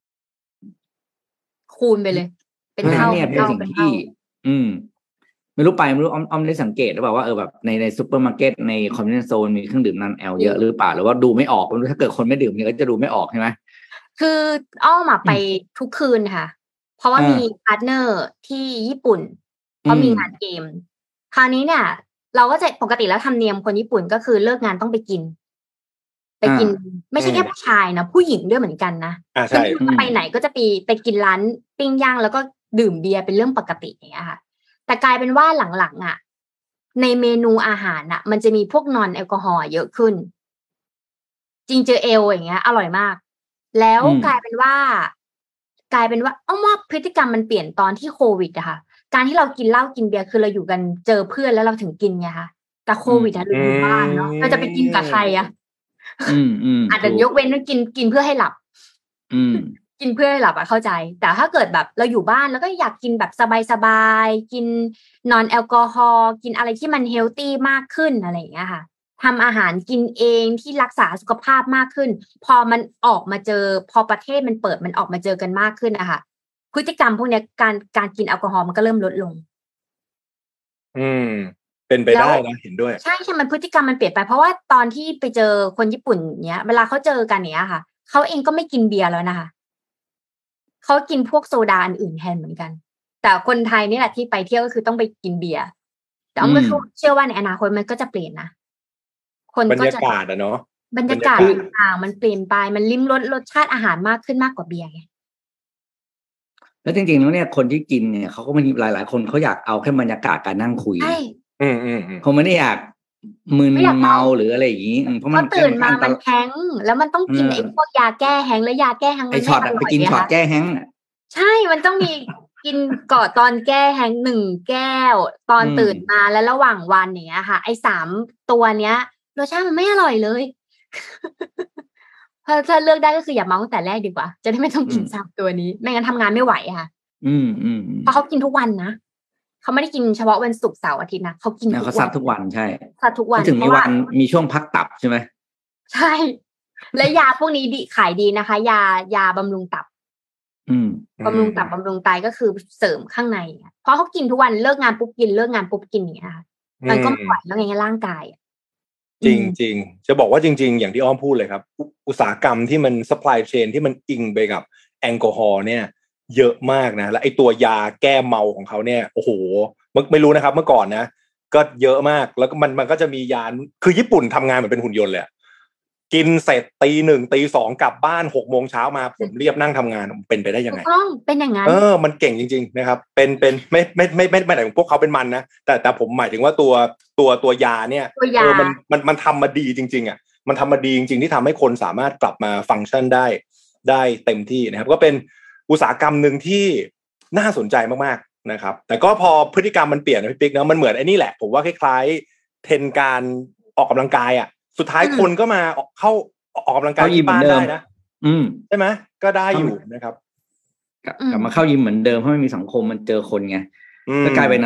คูณไปเลยเป็นเท่าเนี่ยเป็นสิ่งที่อืมไม่รู้ไปไม่รู้อ้อมอ้อมได้สังเกตหรือเปล่าว่าเออแบบในในซุปเปอร์มาร์เก็ตในคอมมิวนิสต์โซนมีเครื่องดื่มนันแอลเยอะหรือเปล่าหรือว่าดูไม่ออกถ้าเกิดคนไม่ดื่มเนี่ยก็จะดูไม่ออกใช่ไหมคืออ้อมไปทุกคืนค่ะเพราะว่ามีพาร์ทเนอร์ที่ญี่ปุ่นเขามีงานเกมคราวนี้เนี่ยเราก็จะปกติแล้วธรรมเนียมคนญี่ปุ่นก็คือเลิกงานต้องไปกินไปกินไม่ใช่แค่ผู้ชายนะผู้หญิงด้วยเหมือนกันนะอ่าใช่ไปไหนก็จะไปไปกินร้านปิ้งย่างแล้วก็ดื่มเบียร์เป็นเรื่องปกติอย่างเงี้ยค่ะแต่กลายเป็นว่าหลังๆอ่ะในเมนูอาหารอ่ะมันจะมีพวกนอนแอลกอฮอล์เยอะขึ้นจิงเจอเอลอย่างเงี้ยอร่อยมากแล้วกลายเป็นว่ากลายเป็นว่าอ้อมว่าพฤติกรรมมันเปลี่ยนตอนที่โควิดอะค่ะการที่เรากินเหล้ากินเบียร์คือเราอยู่กันเจอเพื่อนแล้วเราถึงกินไงคะแต่โควิดอะเราอยู่บ้านเนาะเราจะไปกินกับใครอะอืมอืมอาจจะยกเว้นว่ากินกินเพื่อให้หลับอืมกินเพื่อให้หลับอะเข้าใจแต่ถ้าเกิดแบบเราอยู่บ้านแล้วก็อยากกินแบบสบายๆกินนอนแอลกอฮอล์กินอะไรที่มันเฮลตี้มากขึ้นอะไรอย่างเงี้ยค่ะทำอาหารกินเองที่รักษาสุขภาพมากขึ้นพอมันออกมาเจอพอประเทศมันเปิดมันออกมาเจอกันมากขึ้นนะคะพฤติกรรมพวกนี้การการกินแอลกอฮอล์มันก็เริ่มลดลงอืมเป็นไปได้นะเห็นด้วยใช่ใช่มันพฤติกรรมมันเปลี่ยนไปเพราะว่าตอนที่ไปเจอคนญี่ปุ่นเนี้ยเวลาเขาเจอกันเนี้ยค่ะเขาเองก็ไม่กินเบียร์แล้วนะคะเขากินพวกโซดาอื่นแทนเหมือนกันแต่คนไทยนี่แหละที่ไปเที่ยวก็คือต้องไปกินเบียร์แต่อ้อมก็เชื่อว่าในอนาคตมันก็จะเปลี่ยนนะบรรยากาศอะเนาะบรรยากาศต่างๆมันเปลี่ยนไปมันลิ้มรสรสชาติอาหารมากขึ้นมากกว่าเบียร์ไงแล้วจริงๆแล้วเนี่ยคนที่กินเนี่ยเขาก็มีหลายๆคนเขาอยากเอาแค่บรรยากาศการนั่งคุยใช่อืมอืมเขาไม่ได้อยากมึนเมาหรืออะไรอย่างนี้เพราะมันตื่นมามันแห้งแล้วมันต้องกินไอ้พวกยาแก้แห้งแล้วยาแก้แห้งมันไม่อร่อยไปกินช็อตแก้แห้งใช่มันต้องมีกินก่อนตอนแก้แห้งหนึ่งแก้วตอนตื่นมาแล้วระหว่างวันอย่างเงี้ยค่ะไอ้สามตัวเนี้ยรสชาติมันไม่อร่อยเลยถ้าถ้าเลือกได้ก็คืออย่าเมาตั้งแต่แรกดีกว่าจะได้ไม่ต้องกินซ้ำตัวนี้ไม่งั้นทำงานไม่ไหวค่ะอืมอืมเพราะเขากินทุกวันนะเขาไม่ได้กินเฉพาะวันศุกร์เสาร์อาทิตย์นะเขากินทุกวันเขาซัดทุกวันใช่ซัดทุกวันถึงมีวันมีช่วงพักตับใช่ไหมใช่และยาพวกนี้ดีขายดีนะคะยายาบำรุงตับอืมบำรุงตับบำรุงไตก็คือเสริมข้างในเพราะเขากินทุกวันเลิกงานปุ๊บกินเลิกงานปุ๊บกินอย่างเงี้ยค่ะมันก็ไม่ไหวแล้วไงร่างกายจริงจริงจะบอกว่าจริงๆอย่างที่อ้อมพูดเลยครับอุตสาหกรรมที่มัน supply chain ที่มันอิงไปกับแอลกอฮอล์เนี่ยเยอะมากนะและไอตัวยาแก้เมาของเขาเนี่ยโอ้โหไม่รู้นะครับเมื่อก่อนนะก็เยอะมากแล้วก็มันมันก็จะมียาคือญี่ปุ่นทำงานเหมือนเป็นหุ่นยนต์เลยกินเสร็จตีหนึ่งตีสองกลับบ้านหกโมงเช้ามาผมเรียบนั่งทำงานเป็นไปได้ยังไงต้องเป็นอย่างนั้นเออมันเก่งจริงๆนะครับเป็นเป็นไม่ไม่ไม่ไม่ไม่ไหนของพวกเขาเป็นมันนะแต่แต่ผมหมายถึงว่าตัวตัวตัวยาเนี่ยเออมันมันมันทำมาดีจริงๆอ่ะมันทำมาดีจริงๆที่ทำให้คนสามารถกลับมาฟังก์ชันได้ได้เต็มที่นะครับก็เป็นอุตสาหกรรมหนึ่งที่น่าสนใจมากๆนะครับแต่ก็พอพฤติกรรมมันเปลี่ยนนะพี่ปิ๊กนะมันเหมือนไอ้นี่แหละผมว่าคล้ายๆเทรนด์การออกกำลังกายอ่ะสุดท้ายคนก็มาเข้าออกกำลังกายที่บ้านได้นะอืมใช่ไหมก็ได้อยู่นะครับกลับมาเข้ายิมเหมือนเดิมเพราะไม่มีสังคมมันเจอคนไงก็กลายเป็นอะไร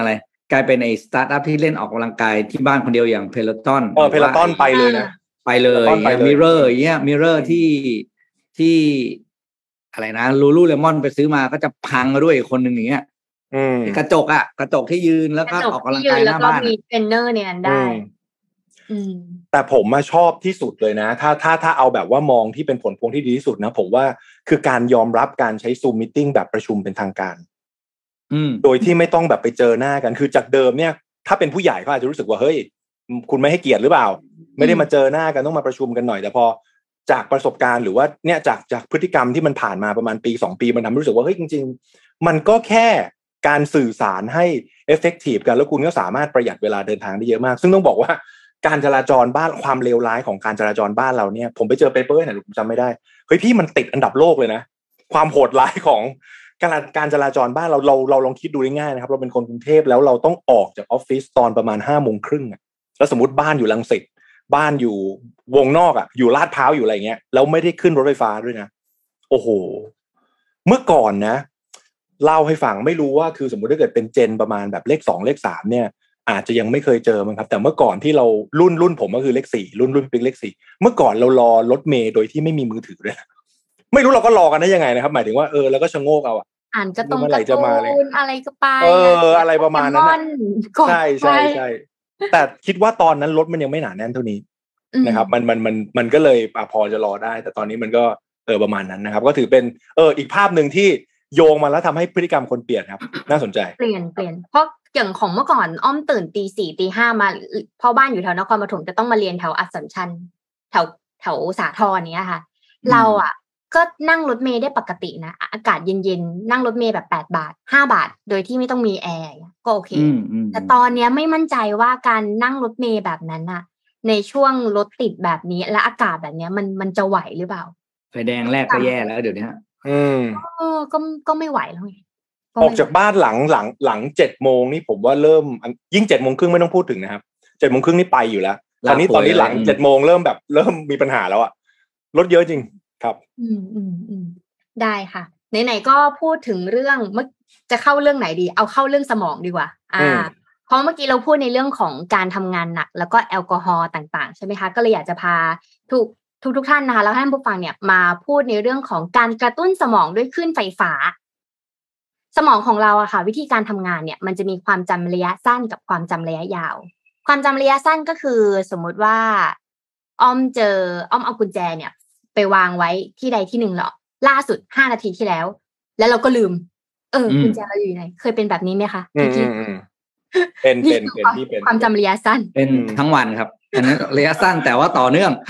กลายเป็นไอ้สตาร์ทอัพที่เล่นออกกำลังกายที่บ้านคนเดียวอย่างเพลตอนเออเพลตอนไปเลยนะไปเลยมิเรอร์อย่างเงี้ยมิเรอร์ที่ที่อะไรนะลูลูเลมอนไปซื้อมาก็จะพังด้วยคนหนึ่งอย่างเงี้ยกระจกอ่ะกระจกที่ยืนแล้วก็ออกกำลังกายหน้าบ้านแล้วก็มีเทรนเนอร์เนี่ยได้แต่ผมมาชอบที่สุดเลยนะถ้าถ้าถ้าเอาแบบว่ามองที่เป็นผลพวงที่ดีที่สุดนะผมว่าคือการยอมรับการใช้ Zoom Meeting แบบประชุมเป็นทางการโดยที่ไม่ต้องแบบไปเจอหน้ากันคือจากเดิมเนี่ยถ้าเป็นผู้ใหญ่เขาอาจจะรู้สึกว่าเฮ้ยคุณไม่ให้เกียรติหรือเปล่าไม่ได้มาเจอหน้ากันต้องมาประชุมกันหน่อยแต่พอจากประสบการณ์หรือว่าเนี่ยจากจากพฤติกรรมที่มันผ่านมาประมาณปีสองปีมันทำให้รู้สึกว่าเฮ้ยจริงๆมันก็แค่การสื่อสารให้ effective กันแล้วคุณก็สามารถประหยัดเวลาเดินทางได้เยอะมากซึ่งต้องบอกว่าการจราจรบ้านความเลวร้ายของการจราจรบ้านเราเนี่ยผมไปเจอเปเปอร์ไหนผมจำไม่ได้เฮ้ยพี่มันติดอันดับโลกเลยนะความโหดร้ายของการการจราจรบ้านเราเราเราลองคิดดูง่ายๆนะครับเราเป็นคนกรุงเทพแล้วเราต้องออกจากออฟฟิศตอนประมาณห้าโมงครึ่งอ่ะแล้วสมมติบ้านอยู่รังสิตบ้านอยู่วงนอกอ่ะอยู่ลาดพร้าวอยู่อะไรเงี้ยแล้วไม่ได้ขึ้นรถไฟฟ้าด้วยนะโอ้โหเมื่อก่อนนะเล่าให้ฟังไม่รู้ว่าคือสมมติถ้าเกิดเป็นเจนประมาณแบบเลขสองเลขสามเนี่ยอาจจะยังไม่เคยเจอมั้งครับแต่เมื่อก่อนที่เรารุ่นรุ่นผมก็คือเลขสี่รุ่นรุ่นเป็นเลขสี่เมื่อก่อนเรารอรถเมล์โดยที่ไม่มีมือถือเลยไม่รู้เราก็รอกันได้ยังไงนะครับหมายถึงว่าเออแล้วก็ชะโงกเอาอ่ะอ่านกระตงกระตูนอะไรก็ไปเอออะไรประมาณนั้นใช่ใช่ใช่แต่คิดว่าตอนนั้นรถมันยังไม่หนาแน่นเท่านี้นะครับมันมันมันมันก็เลยพอจะรอได้แต่ตอนนี้มันก็เออประมาณนั้นนะครับก็ถือเป็นเอออีกภาพหนึ่งที่โยงมาแล้วทำให้พฤติกรรมคนเปลี่ยนครับน่าสนใจเปลี่ยนเปลี่ยนเพราะอย่างของเมื่อก่อนอ้อมตื่นตีสี่ตีห้ามาเพราะบ้านอยู่แถวนครปฐมจะต้องมาเรียนแถวอัสสัมชัญแถวแถวสาทรเนี้ยค่ะเราอ่ะก็นั่งรถเมล์ได้ปกตินะอากาศเย็นๆนั่งรถเมล์แบบแปดบาทห้าบาทโดยที่ไม่ต้องมีแอร์ก็โอเคแต่ตอนเนี้ยไม่มั่นใจว่าการนั่งรถเมล์แบบนั้นน่ะในช่วงรถติดแบบนี้และอากาศแบบนี้มันมันจะไหวหรือเปล่าไฟแดงแรกก็แย่แล้วเดี๋ยวนี้อืมเออก็ก็ไม่ไหวแล้วไงออกจากบ้านหลังหลังหลังเจ็ดโมงนี่ผมว่าเริ่มยิ่งเจ็ดโมงครึ่งไม่ต้องพูดถึงนะครับเจ็ดโมงครึ่งนี่ไปอยู่แล้วตอนนี้ตอนนี้หลังเจ็ดโมงเริ่มแบบเริ่มมีปัญหาแล้วอะรถเยอะจริงครับอืมอืมอืมได้ค่ะไหนๆก็พูดถึงเรื่องเมื่อจะเข้าเรื่องไหนดีเอาเข้าเรื่องสมองดีกว่าอ่าเพราะเมื่อกี้เราพูดในเรื่องของการทำงานหนักแล้วก็แอลกอฮอล์ต่างๆใช่ไหมคะก็เลยอยากจะพาทุกทุกทุกท่านนะคะแล้วท่านผู้ฟังเนี่ยมาพูดในเรื่องของการกระตุ้นสมองด้วยคลื่นไฟฟ้าสมองของเราอะค่ะวิธีการทำงานเนี่ยมันจะมีความจำระยะสั้นกับความจำระยะยาวความจำระยะสั้นก็คือสมมุติว่าอ้อมเจออ้อมเอากุญแจเนี่ยไปวางไว้ที่ใดที่หนึ่งหรอล่าสุดห้านาทีที่แล้วแล้วเราก็ลืมเออกุญแจเราอยู่ไหนเคยเป็นแบบนี้ไหมคะพี่คิดเป็นเป็นเป็นที่เป็นความจำระยะสั้นเป็นทั้งวันครับอันนั้นระยะสั้นแต่ว่าต่อเนื่อง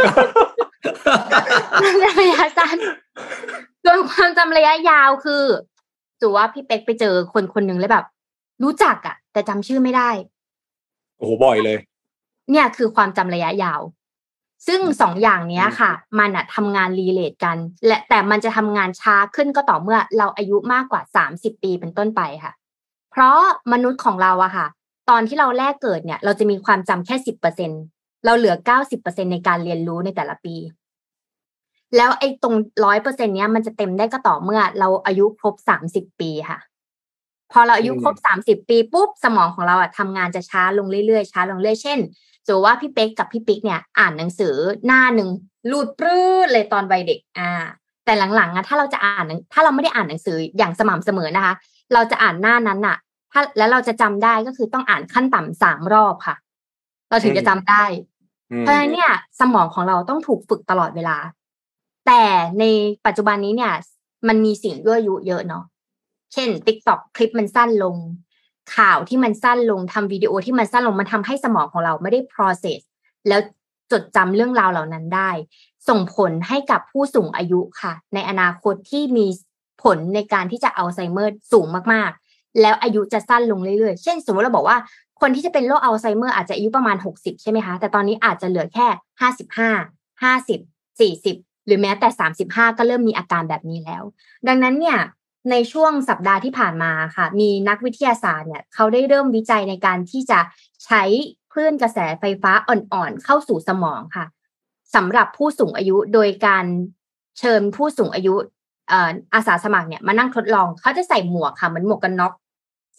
ระยะสั้นส่วนความจำระยะยาวคือถือว่าพี่เป็กไปเจอคนคนหนึ่งแล้วแบบรู้จักอ่ะแต่จำชื่อไม่ได้โอ้โหบ่อยเลยเนี่ยคือความจำระยะยาวซึ่งสองอย่างนี้ค่ะมันอะทำงานรีเลทกันและแต่มันจะทำงานช้าขึ้นก็ต่อเมื่อเราอายุมากกว่าสามสิบปีเป็นต้นไปค่ะเพราะมนุษย์ของเราอะค่ะตอนที่เราแรกเกิดเนี่ยเราจะมีความจำแค่ สิบเปอร์เซ็นต์ เราเหลือ เก้าสิบเปอร์เซ็นต์ ในการเรียนรู้ในแต่ละปีแล้วไอ้ตรง หนึ่งร้อยเปอร์เซ็นต์ เนี้ยมันจะเต็มได้ก็ต่อเมื่อเราอายุครบสามสิบปีค่ะพอเราอายุครบสามสิบปีปุ๊บสมองของเราอะทำงานจะช้าลงเรื่อยๆช้าลงเรื่อยเช่นสมมุติว่าพี่เป๊กกับพี่ปิ๊กเนี่ยอ่านหนังสือหน้านึงลูดปรื้ดเลยตอนวัยเด็กอ่าแต่หลังๆอะถ้าเราจะอ่านถ้าเราไม่ได้อ่านหนังสืออย่างสม่ำเสมอนะคะเราจะอ่านหน้านั้นน่ะถ้าแล้วเราจะจำได้ก็คือต้องอ่านขั้นต่ำสามรอบค่ะเราถึงจะจำได้เพราะฉะนั้นเนี่ยสมองของเราต้องถูกฝึกตลอดเวลาแต่ในปัจจุบันนี้เนี่ยมันมีสิ่งยั่วยุเยอะเนาะเช่น TikTok คลิปมันสั้นลงข่าวที่มันสั้นลงทำวิดีโอที่มันสั้นลงมันทำให้สมองของเราไม่ได้ process แล้วจดจำเรื่องราวเหล่านั้นได้ส่งผลให้กับผู้สูงอายุค่ะในอนาคตที่มีผลในการที่จะอัลไซเมอร์สูงมากๆแล้วอายุจะสั้นลงเรื่อยๆเช่นสมมติเราบอกว่าคนที่จะเป็นโรคอัลไซเมอร์อาจจะอายุประมาณหกสิบใช่ไหมคะแต่ตอนนี้อาจจะเหลือแค่ห้าสิบห้า ห้าสิบ สี่สิบหรือแม้แต่สามสิบห้าก็เริ่มมีอาการแบบนี้แล้วดังนั้นเนี่ยในช่วงสัปดาห์ที่ผ่านมาค่ะมีนักวิทยาศาสตร์เนี่ยเขาได้เริ่มวิจัยในการที่จะใช้คลื่นกระแสไฟฟ้าอ่อนๆเข้าสู่สมองค่ะสำหรับผู้สูงอายุโดยการเชิญผู้สูงอายุเอ่ออาสาสมัครเนี่ยมานั่งทดลองเขาจะใส่หมวกค่ะเหมือนหมวกกันน็อกส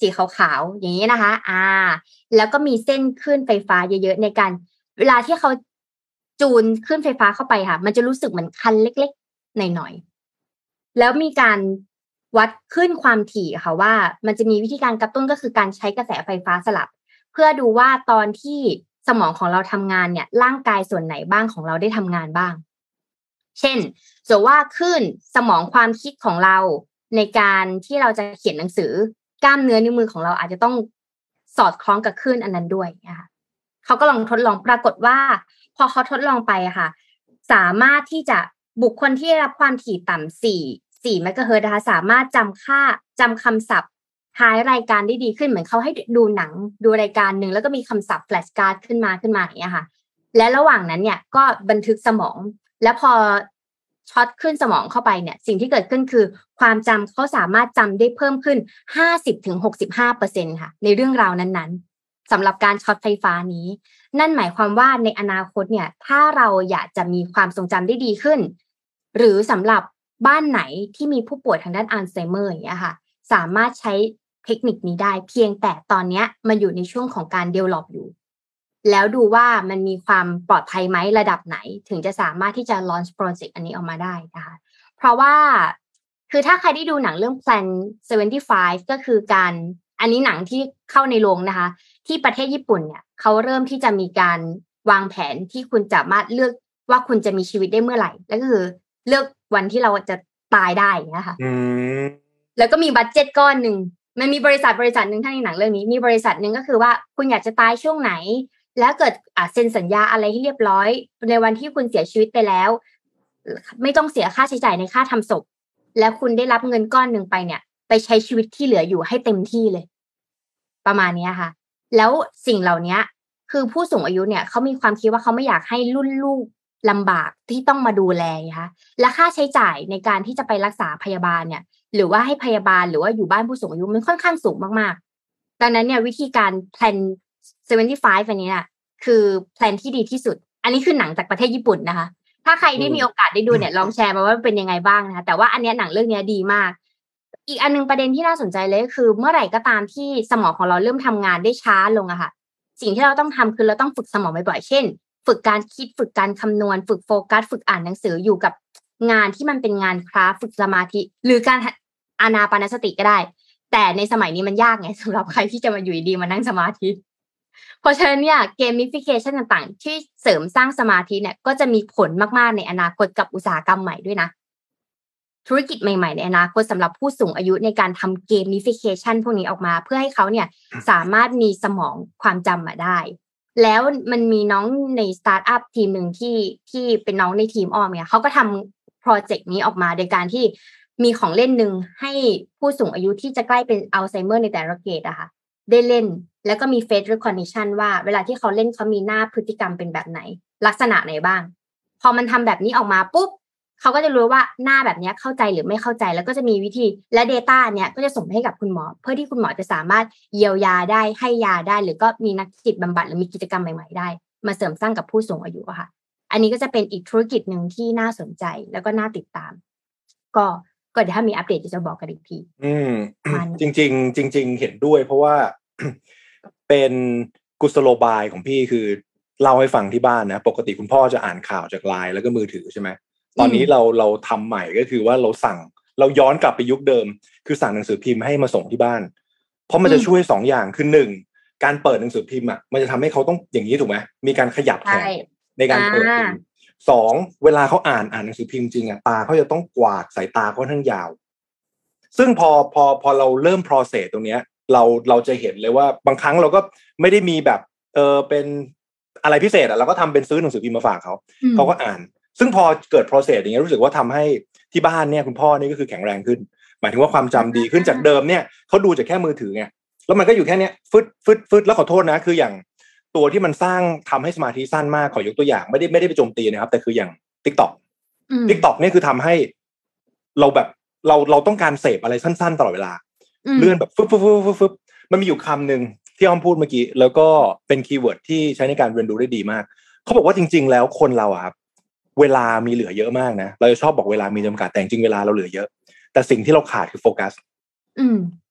สีขาวๆอย่างนี้นะคะอ่าแล้วก็มีเส้นคลื่นไฟฟ้าเยอะๆในการเวลาที่เขาจูนคลื่นไฟฟ้าเข้าไปค่ะมันจะรู้สึกเหมือนคันเล็กๆหน่อยๆแล้วมีการวัดคลื่นความถี่ค่ะว่ามันจะมีวิธีการกระตุ้นก็คือการใช้กระแสไฟฟ้าสลับเพื่อดูว่าตอนที่สมองของเราทำงานเนี่ยร่างกายส่วนไหนบ้างของเราได้ทำงานบ้างเช่นสมมติว่าคลื่นสมองความคิดของเราในการที่เราจะเขียนหนังสือกล้ามเนื้อนิ้วมือของเราอาจจะต้องสอดคล้องกับคลื่นอันนั้นด้วยนะคะเขาก็ลองทดลองปรากฏว่าพอเขาทดลองไปอะค่ะสามารถที่จะบุคคลที่ได้รับความถี่ต่ำสี่ สี่เมกะเฮิรตซ์นะคะสามารถจำค่าจำคำศัพท์ท้ายรายการได้ดีขึ้นเหมือนเขาให้ดูหนังดูรายการนึงแล้วก็มีคำศัพท์แฟลชการ์ดขึ้นมาขึ้นมาอย่างเงี้ยค่ะและระหว่างนั้นเนี่ยก็บันทึกสมองแล้วพอช็อตขึ้นสมองเข้าไปเนี่ยสิ่งที่เกิดขึ้นคือความจำเขาสามารถจำได้เพิ่มขึ้น ห้าสิบถึงหกสิบห้าเปอร์เซ็นต์ ค่ะในเรื่องราวนั้นๆสำหรับการช็อตไฟฟ้านี้นั่นหมายความว่าในอนาคตเนี่ยถ้าเราอยากจะมีความทรงจำได้ดีขึ้นหรือสำหรับบ้านไหนที่มีผู้ป่วยทางด้านอัลไซเมอร์อย่างเงี้ยค่ะสามารถใช้เทคนิคนี้ได้เพียงแต่ตอนนี้มันอยู่ในช่วงของการ develop อยู่แล้วดูว่ามันมีความปลอดภัยไหมระดับไหนถึงจะสามารถที่จะ launch project อันนี้ออกมาได้นะคะเพราะว่าคือถ้าใครได้ดูหนังเรื่อง Plan เซเวนตี้ไฟว์ ก็คือการอันนี้หนังที่เข้าในโรงนะคะที่ประเทศญี่ปุ่นเนี่ยเขาเริ่มที่จะมีการวางแผนที่คุณสามารถเลือกว่าคุณจะมีชีวิตได้เมื่อไหร่แล้วก็คือเลือกวันที่เราจะตายได้นะคะแล้วก็มีบัดเจ็ตก้อนหนึ่งมันมีบริษัทบริษัทหนึ่งถ้าในหนังเรื่องนี้มีบริษัทหนึ่งก็คือว่าคุณอยากจะตายช่วงไหนแล้วเกิดอ่ะเซ็นสัญญาอะไรให้เรียบร้อยในวันที่คุณเสียชีวิตไปแล้วไม่ต้องเสียค่าใช้จ่ายในค่าทำศพแล้วคุณได้รับเงินก้อนหนึ่งไปเนี่ยไปใช้ชีวิตที่เหลืออยู่ให้เต็มที่เลยประมาณนี้ค่ะแล้วสิ่งเหล่านี้คือผู้สูงอายุเนี่ยเขามีความคิดว่าเขาไม่อยากให้รุ่นลูกลำบากที่ต้องมาดูแลนะคะและค่าใช้จ่ายในการที่จะไปรักษาพยาบาลเนี่ยหรือว่าให้พยาบาลหรือว่าอยู่บ้านผู้สูงอายุมันค่อนข้างสูงมากๆดังนั้นเนี่ยวิธีการแพลนเซเวนตี้ไฟว์อันนี้น่ะคือแพลนที่ดีที่สุดอันนี้คือหนังจากประเทศญี่ปุ่นนะคะถ้าใครได้มีโอกาสได้ดูเนี่ยลองแชร์มาว่าเป็นยังไงบ้างนะคะแต่ว่าอันนี้หนังเรื่องนี้ดีมากอีกอันนึงประเด็นที่น่าสนใจเลยก็คือเมื่อไหร่ก็ตามที่สมองของเราเริ่มทำงานได้ช้าลงอะค่ะสิ่งที่เราต้องทำคือเราต้องฝึกสมองบ่อยๆเช่นฝึกการคิดฝึกการคำนวณฝึกโฟกัสฝึกอ่านหนังสืออยู่กับงานที่มันเป็นงานคราฟฝึกสมาธิหรือการอานาปานสติก็ได้แต่ในสมัยนี้มันยากไงสำหรับใครที่จะมาอยู่ดีมานั่งสมาธิเพราะฉะนั้นเนี่ยเกมฟิเคชันต่างๆที่เสริมสร้างสมาธิเนี่ยก็จะมีผลมากๆในอนาคตกับอุตสาหกรรมใหม่ด้วยนะธุรกิจใหม่ๆในอนาคตสำหรับผู้สูงอายุในการทำเกมฟิเคชันพวกนี้ออกมาเพื่อให้เขาเนี่ยสามารถมีสมองความจำมาได้แล้วมันมีน้องในสตาร์ทอัพทีมหนึ่งที่ที่เป็นน้องในทีมอ้อมเนี่ยเขาก็ทำโปรเจกต์นี้ออกมาโดยการที่มีของเล่นหนึ่งให้ผู้สูงอายุที่จะใกล้เป็นอัลไซเมอร์ในแต่ละเกรดอะค่ะได้เล่นแล้วก็มี face recognition ว่าเวลาที่เขาเล่นเขามีหน้าพฤติกรรมเป็นแบบไหนลักษณะไหนบ้างพอมันทำแบบนี้ออกมาปุ๊บเขาก็จะรู้ว่าหน้าแบบนี้เข้าใจหรือไม่เข้าใจแล้วก็จะมีวิธีและ data เนี่ยก็จะส่งให้กับคุณหมอเพื่อที่คุณหมอจะสามารถเยียวยาได้ให้ยาได้หรือก็มีนักจิตบำบัดหรือมีกิจกรรมใหม่ๆได้มาเสริมสร้างกับผู้สูงอายุอะค่ะอันนี้ก็จะเป็นอีกธุรกิจหนึ่งที่น่าสนใจแล้วก็น่าติดตามก็ก็เดี๋ยวถ้ามีอัปเดตจะบอกกันอีกทีอืมจริงๆจริงๆเห็นด้วยเพราะว่าเป็นกุศโลบายของพี่คือเล่าให้ฟังที่บ้านนะปกติคุณพ่อจะอ่านข่าวจากไลน์แล้วก็มือถือใช่ไหมตอนนี้เราเราทำใหม่ก็คือว่าเราสั่งเราย้อนกลับไปยุคเดิมคือสั่งหนังสือพิมพ์ให้มาส่งที่บ้านเพราะมันจะช่วยสองอย่างคือหนึ่งการเปิดหนังสือพิมพ์อ่ะมันจะทำให้เขาต้องอย่างนี้ถูกไหมมีการขยับแขนในการเปิดพิมพ์สองเวลาเขาอ่านอ่านหนังสือพิมพ์จริงอ่ะตาเขาจะต้องกวาดสายตาค่อนข้างยาวซึ่งพอพอพอเราเริ่ม process ตรงเนี้ยเราเราจะเห็นเลยว่าบางครั้งเราก็ไม่ได้มีแบบเออเป็นอะไรพิเศษอ่ะเราก็ทำเป็นซื้อหนังสือพิมพ์มาฝากเขาเขาก็อ่านซึ่งพอเกิด process อย่างเงี้ยรู้สึกว่าทำให้ที่บ้านเนี่ยคุณพ่อนี่ก็คือแข็งแรงขึ้นหมายถึงว่าความจำดีขึ้นจากเดิมเนี่ยเขาดูจากแค่มือถือไงแล้วมันก็อยู่แค่เนี้ยฟึดฟึดฟึดแล้วขอโทษนะคืออย่างตัวที่มันสร้างทำให้สมาธิสั้นมากขอยกตัวอย่างไม่ได้ไม่ได้ไปโจมตีนะครับแต่คืออย่าง TikTok TikTok เนี่ยคือทำให้เราแบบเราเราต้องการเสพอะไรสั้นๆตลอดเวลาเลื่อนแบบฟึบฟึบฟึบฟึบฟึบมันมีอยู่คำหนึ่งที่อ้อมพูดเมื่อกี้แล้วก็เป็นคีย์เวิร์ดที่ใช้ในการเรียนรู้ได้ดีมากเขาบอกว่าจริงๆแล้วคนเราอะครับเวลามีเหลือเยอะมากนะเราจะชอบบอกเวลามีจำกัดแต่จริงเวลาเราเหลือเยอะแต่สิ่งที่เราขาดคือโฟกัส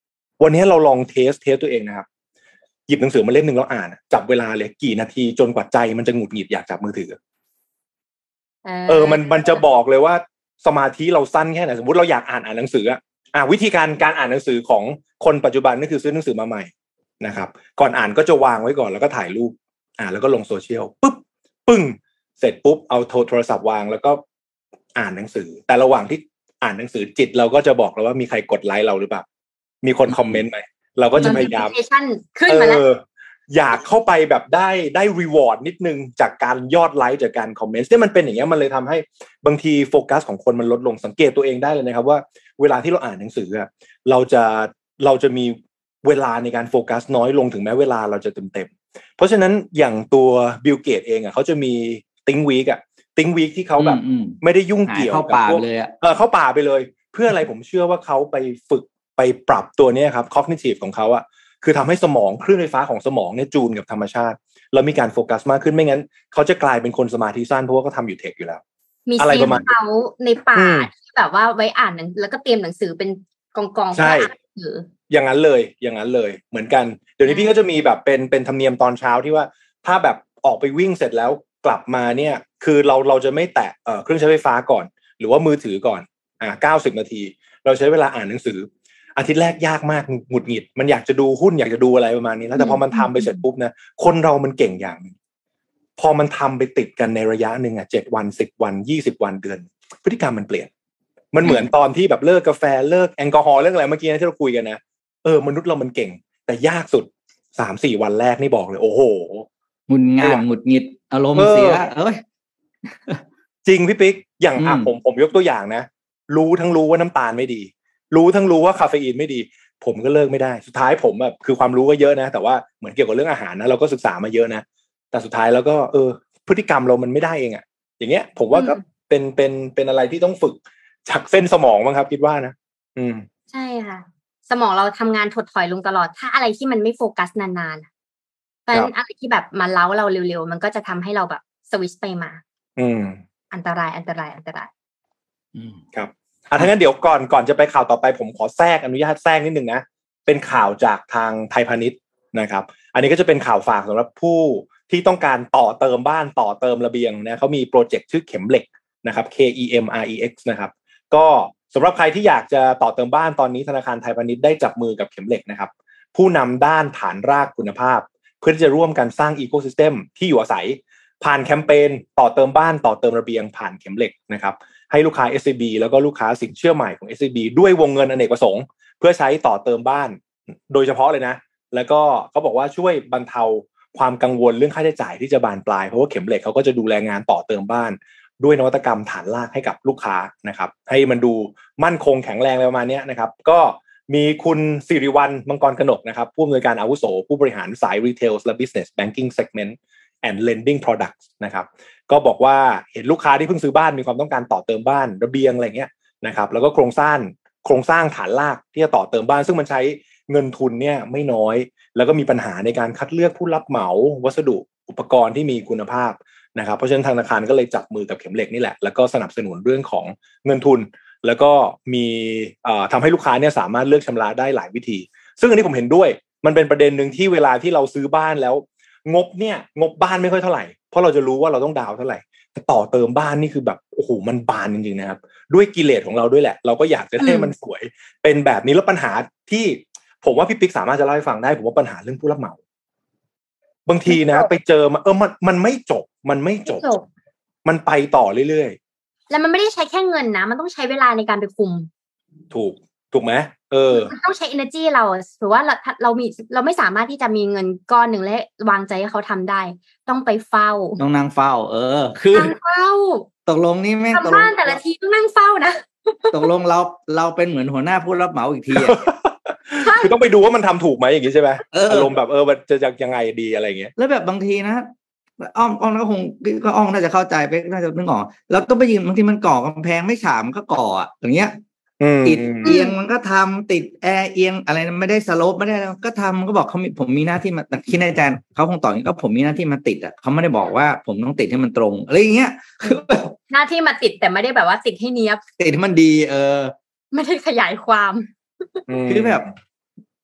วันนี้เราลองเทสเทสตัวเองนะครับหยิบหนังสือมาเล่มนึงแล้วอ่านจับเวลาเลยกี่นาทีจนกว่าใจมันจะหงุดหงิดอยากจับมือถือเออมันมันจะบอกเลยว่าสมาธิเราสั้นแค่ไหนสมมติเราอยากอ่านอ่านหนังสืออ่ะอ่ะวิธีการการอ่านหนังสือของคนปัจจุบันนี่คือซื้อหนังสือมาใหม่นะครับก่อนอ่านก็จะวางไว้ก่อนแล้วก็ถ่ายรูปอ่านแล้วก็ลงโซเชียลปุ๊บปึ้งเสร็จปุ๊บเอาโทรศัพท์วางแล้วก็อ่านหนังสือแต่ระหว่างที่อ่านหนังสือจิตเราก็จะบอกเราว่ามีใครกดไลค์เราหรือเปล่ามีคนคอมเมนต์ไหมเราก็จะพยายามขึ้นมาแล้วอยากเข้าไปแบบได้ได้รีวอร์ดนิดนึงจากการยอดไลค์จากการคอมเมนต์ที่มันเป็นอย่างเงี้ยมันเลยทำให้บางทีโฟกัสของคนมันลดลงสังเกตตัวเองได้เลยนะครับว่าเวลาที่เราอ่านหนังสืออะเราจะเราจะมีเวลาในการโฟกัสน้อยลงถึงแม้เวลาเราจะเต็มเต็มเพราะฉะนั้นอย่างตัวบิลเกตเองอะเขาจะมีติ้งวีคอะติ้งวีคที่เขาแบบไม่ได้ยุ่งเกี่ยวกับพวกเออเข้าป่าไปเลยเพื่ออะไรผมเชื่อว่าเขาไปฝึกไปปรับตัวนี้ครับ cognitive ของเขาอะคือทำให้สมองคลื่นไฟฟ้าของสมองเนี่ยจูนกับธรรมชาติแล้วมีการโฟกัสมากขึ้นไม่งั้นเขาจะกลายเป็นคนสมาธิสั้นเพราะว่าเขาทำอยู่เทคอยู่แล้วมีอะไรประมาณเขาในป่าที่แบบว่าไว้อ่านแล้วก็เตรียมหนังสือเป็นกองกองใช่อย่างนั้นเลยอย่างนั้นเลยเหมือนกันเดี๋ยวนี้พี่ก็จะมีแบบเป็นเป็นธรรมเนียมตอนเช้าที่ว่าถ้าแบบออกไปวิ่งเสร็จแล้วกลับมาเนี่ยคือเราเราจะไม่แตะเอ่อเครื่องใช้ไฟฟ้าก่อนหรือว่ามือถือก่อนอ่าเก้าสิบนาทีเราใช้เวลาอ่านหนังสืออาทิตย์แรกยากมากหงุดหงิดมันอยากจะดูหุ้นอยากจะดูอะไรประมาณนี้แล้วแต่พอมันทำไปเสร็จปุ๊บนะคนเรามันเก่งอย่างนึงพอมันทำไปติดกันในระยะหนึ่งอ่ะเจ็ดวันสิบวันยี่สิบวันเดือนพฤติกรรมมันเปลี่ยนมันเหมือนตอนที่แบบเลิกกาแฟเลิกแอลกอฮอล์เลิกอะไรเมื่อกี้นะที่เราคุยกันนะเออมนุษย์เรามันเก่งแต่ยากสุด สามสี่วันแรกนี่บอกเลยโอ้โหหงุดหงิดหงุดหงิดอารมณ์เสียเอ้ยจริงพี่ปิ๊กอย่างอ่ะผมผมยกตัวอย่างนะรู้ทั้งรู้ว่าน้ำตาลไม่ดีรู้ทั้งรู้ว่าคาเฟอีนไม่ดีผมก็เลิกไม่ได้สุดท้ายผมแบบคือความรู้ก็เยอะนะแต่ว่าเหมือนเกี่ยวกับเรื่องอาหารนะเราก็ศึกษามาเยอะนะแต่สุดท้ายแล้วก็เออพฤติกรรมเรามันไม่ได้เองอ่ะอย่างเงี้ยผมว่าก็เป็นเป็นเป็นอะไรที่ต้องฝึกจากเส้นสมองมั้งครับคิดว่านะอืมใช่ค่ะสมองเราทำงานถดถอยลงตลอดถ้าอะไรที่มันไม่โฟกัสนานๆเพราะฉะนั้นอะไรที่แบบมาเล้าเราเร็วๆมันก็จะทำให้เราแบบสวิชไปมาอืมอันตรายอันตรายอันตรายอืมครับอ่ะถ้างั้นเดี๋ยวก่อนก่อนจะไปข่าวต่อไปผมขอแทรกอนุญาตแทรกนิดนึงนะเป็นข่าวจากทางไทยพาณิชย์นะครับอันนี้ก็จะเป็นข่าวฝากสำหรับผู้ที่ต้องการต่อเติมบ้านต่อเติมระเบียงนะเขามีโปรเจกต์ชื่อเข็มเหล็กนะครับ K E M R E X นะครับก็สำหรับใครที่อยากจะต่อเติมบ้านตอนนี้ธนาคารไทยพาณิชย์ได้จับมือกับเข็มเหล็กนะครับผู้นำด้านฐานรากคุณภาพเพื่อที่จะร่วมกันสร้างอีโคซิสเต็มที่อยู่อาศัยผ่านแคมเปญต่อเติมบ้านต่อเติมระเบียงผ่านเข็มเหล็กนะครับให้ลูกค้า เอส ซี บี แล้วก็ลูกค้าสินเชื่อใหม่ของ เอส ซี บี ด้วยวงเงินอเนกประสงค์เพื่อใช้ต่อเติมบ้านโดยเฉพาะเลยนะแล้วก็เขาบอกว่าช่วยบรรเทาความกังวลเรื่องค่าใช้จ่ายที่จะบานปลายเพราะว่าเข็มเหล็กเขาก็จะดูแลงานต่อเติมบ้านด้วยนวัตกรรมฐานรากให้กับลูกค้านะครับให้มันดูมั่นคงแข็งแรงอะไรประมาณนี้นะครับก็มีคุณสิริวัลย์มังกรกนกนะครับผู้อำนวยการอาวุโสผู้บริหารสาย Retail และ Business Banking Segment and Lending Products นะครับก็บอกว่าเห็นลูกค้าที่เพิ่งซื้อบ้านมีความต้องการต่อเติมบ้านระเบียงอะไรเงี้ยนะครับแล้วก็โครงสร้างโครงสร้างฐานรากที่จะต่อเติมบ้านซึ่งมันใช้เงินทุนเนี่ยไม่น้อยแล้วก็มีปัญหาในการคัดเลือกผู้รับเหมาวัสดุอุปกรณ์ที่มีคุณภาพนะครับเพราะฉะนั้นธนาคารก็เลยจับมือกับเข็มเหล็กนี่แหละแล้วก็สนับสนุนเรื่องของเงินทุนแล้วก็มีทำให้ลูกค้าเนี่ยสามารถเลือกชำระได้หลายวิธีซึ่งอันนี้ผมเห็นด้วยมันเป็นประเด็นหนึ่งที่เวลาที่เราซื้อบ้านแล้วงบเนี่ยงบบ้านไม่ค่อยเท่าไหร่เพราะเราจะรู้ว่าเราต้องดาวเท่าไหร่แต่ต่อเติมบ้านนี่คือแบบโอ้โหมันบานจริงๆนะครับด้วยกิเลสของเราด้วยแหละเราก็อยากจะให้มันสวยเป็นแบบนี้แล้วปัญหาที่ผมว่าพี่ปิ๊กสามารถจะเล่าให้ฟังได้ผมว่าปัญหาเรื่องผู้รับเหมาบางทีนะไปเจอมาเออมันมันไม่จบมันไม่จบมันไปต่อเรื่อยๆแล้วมันไม่ได้ใช้แค่เงินนะมันต้องใช้เวลาในการไปคุมถูกถูกไหมเออมันต้องใช้ energy เราถือว่าเราเรามีเราไม่สามารถที่จะมีเงินก้อนหนึ่งและวางใจให้เขาทำได้ต้องไปเฝ้าต้องนั่งเฝ้าเออคือนั่งเฝ้าตกลงนี่แม่งทำบ้านแต่ละทีต้องนั่งเฝ้านะตกลงเราเราเป็นเหมือนหัวหน้าผู้รับเหมาอีกทีคือต้องไปดูว่ามันทำถูกไหมอย่างนี้ใช่ไหมอารมณ์แบบเออมันจะยังไงดีอะไรเงี้ยแล้วแบบบางทีนะอ้อมอ้อมก็คงก็อ้อมน่าจะเข้าใจไปน่าจะนึกออกแล้วต้องไปยืนบางทีมันก่อกำแพงไม่ฉาบมันก็ก่ออ่ะอย่างเงี้ยติดเอียงมันก็ทำติดแอร์เอียงอะไรไม่ได้สโลปไม่ได้ก็ทำก็บอกเขาผมมีหน้าที่มาคิดในใจเขาคงตอบอย่างนี้ก็ผมมีหน้าที่มาติดอ่ะเขาไม่ได้บอกว่าผมต้องติดให้มันตรงอะไรอย่างเงี้ยหน้าที่มาติดแต่ไม่ได้แบบว่าติดให้เนียบติดให้มันดีเออไม่ได้ขยายความคือแบบ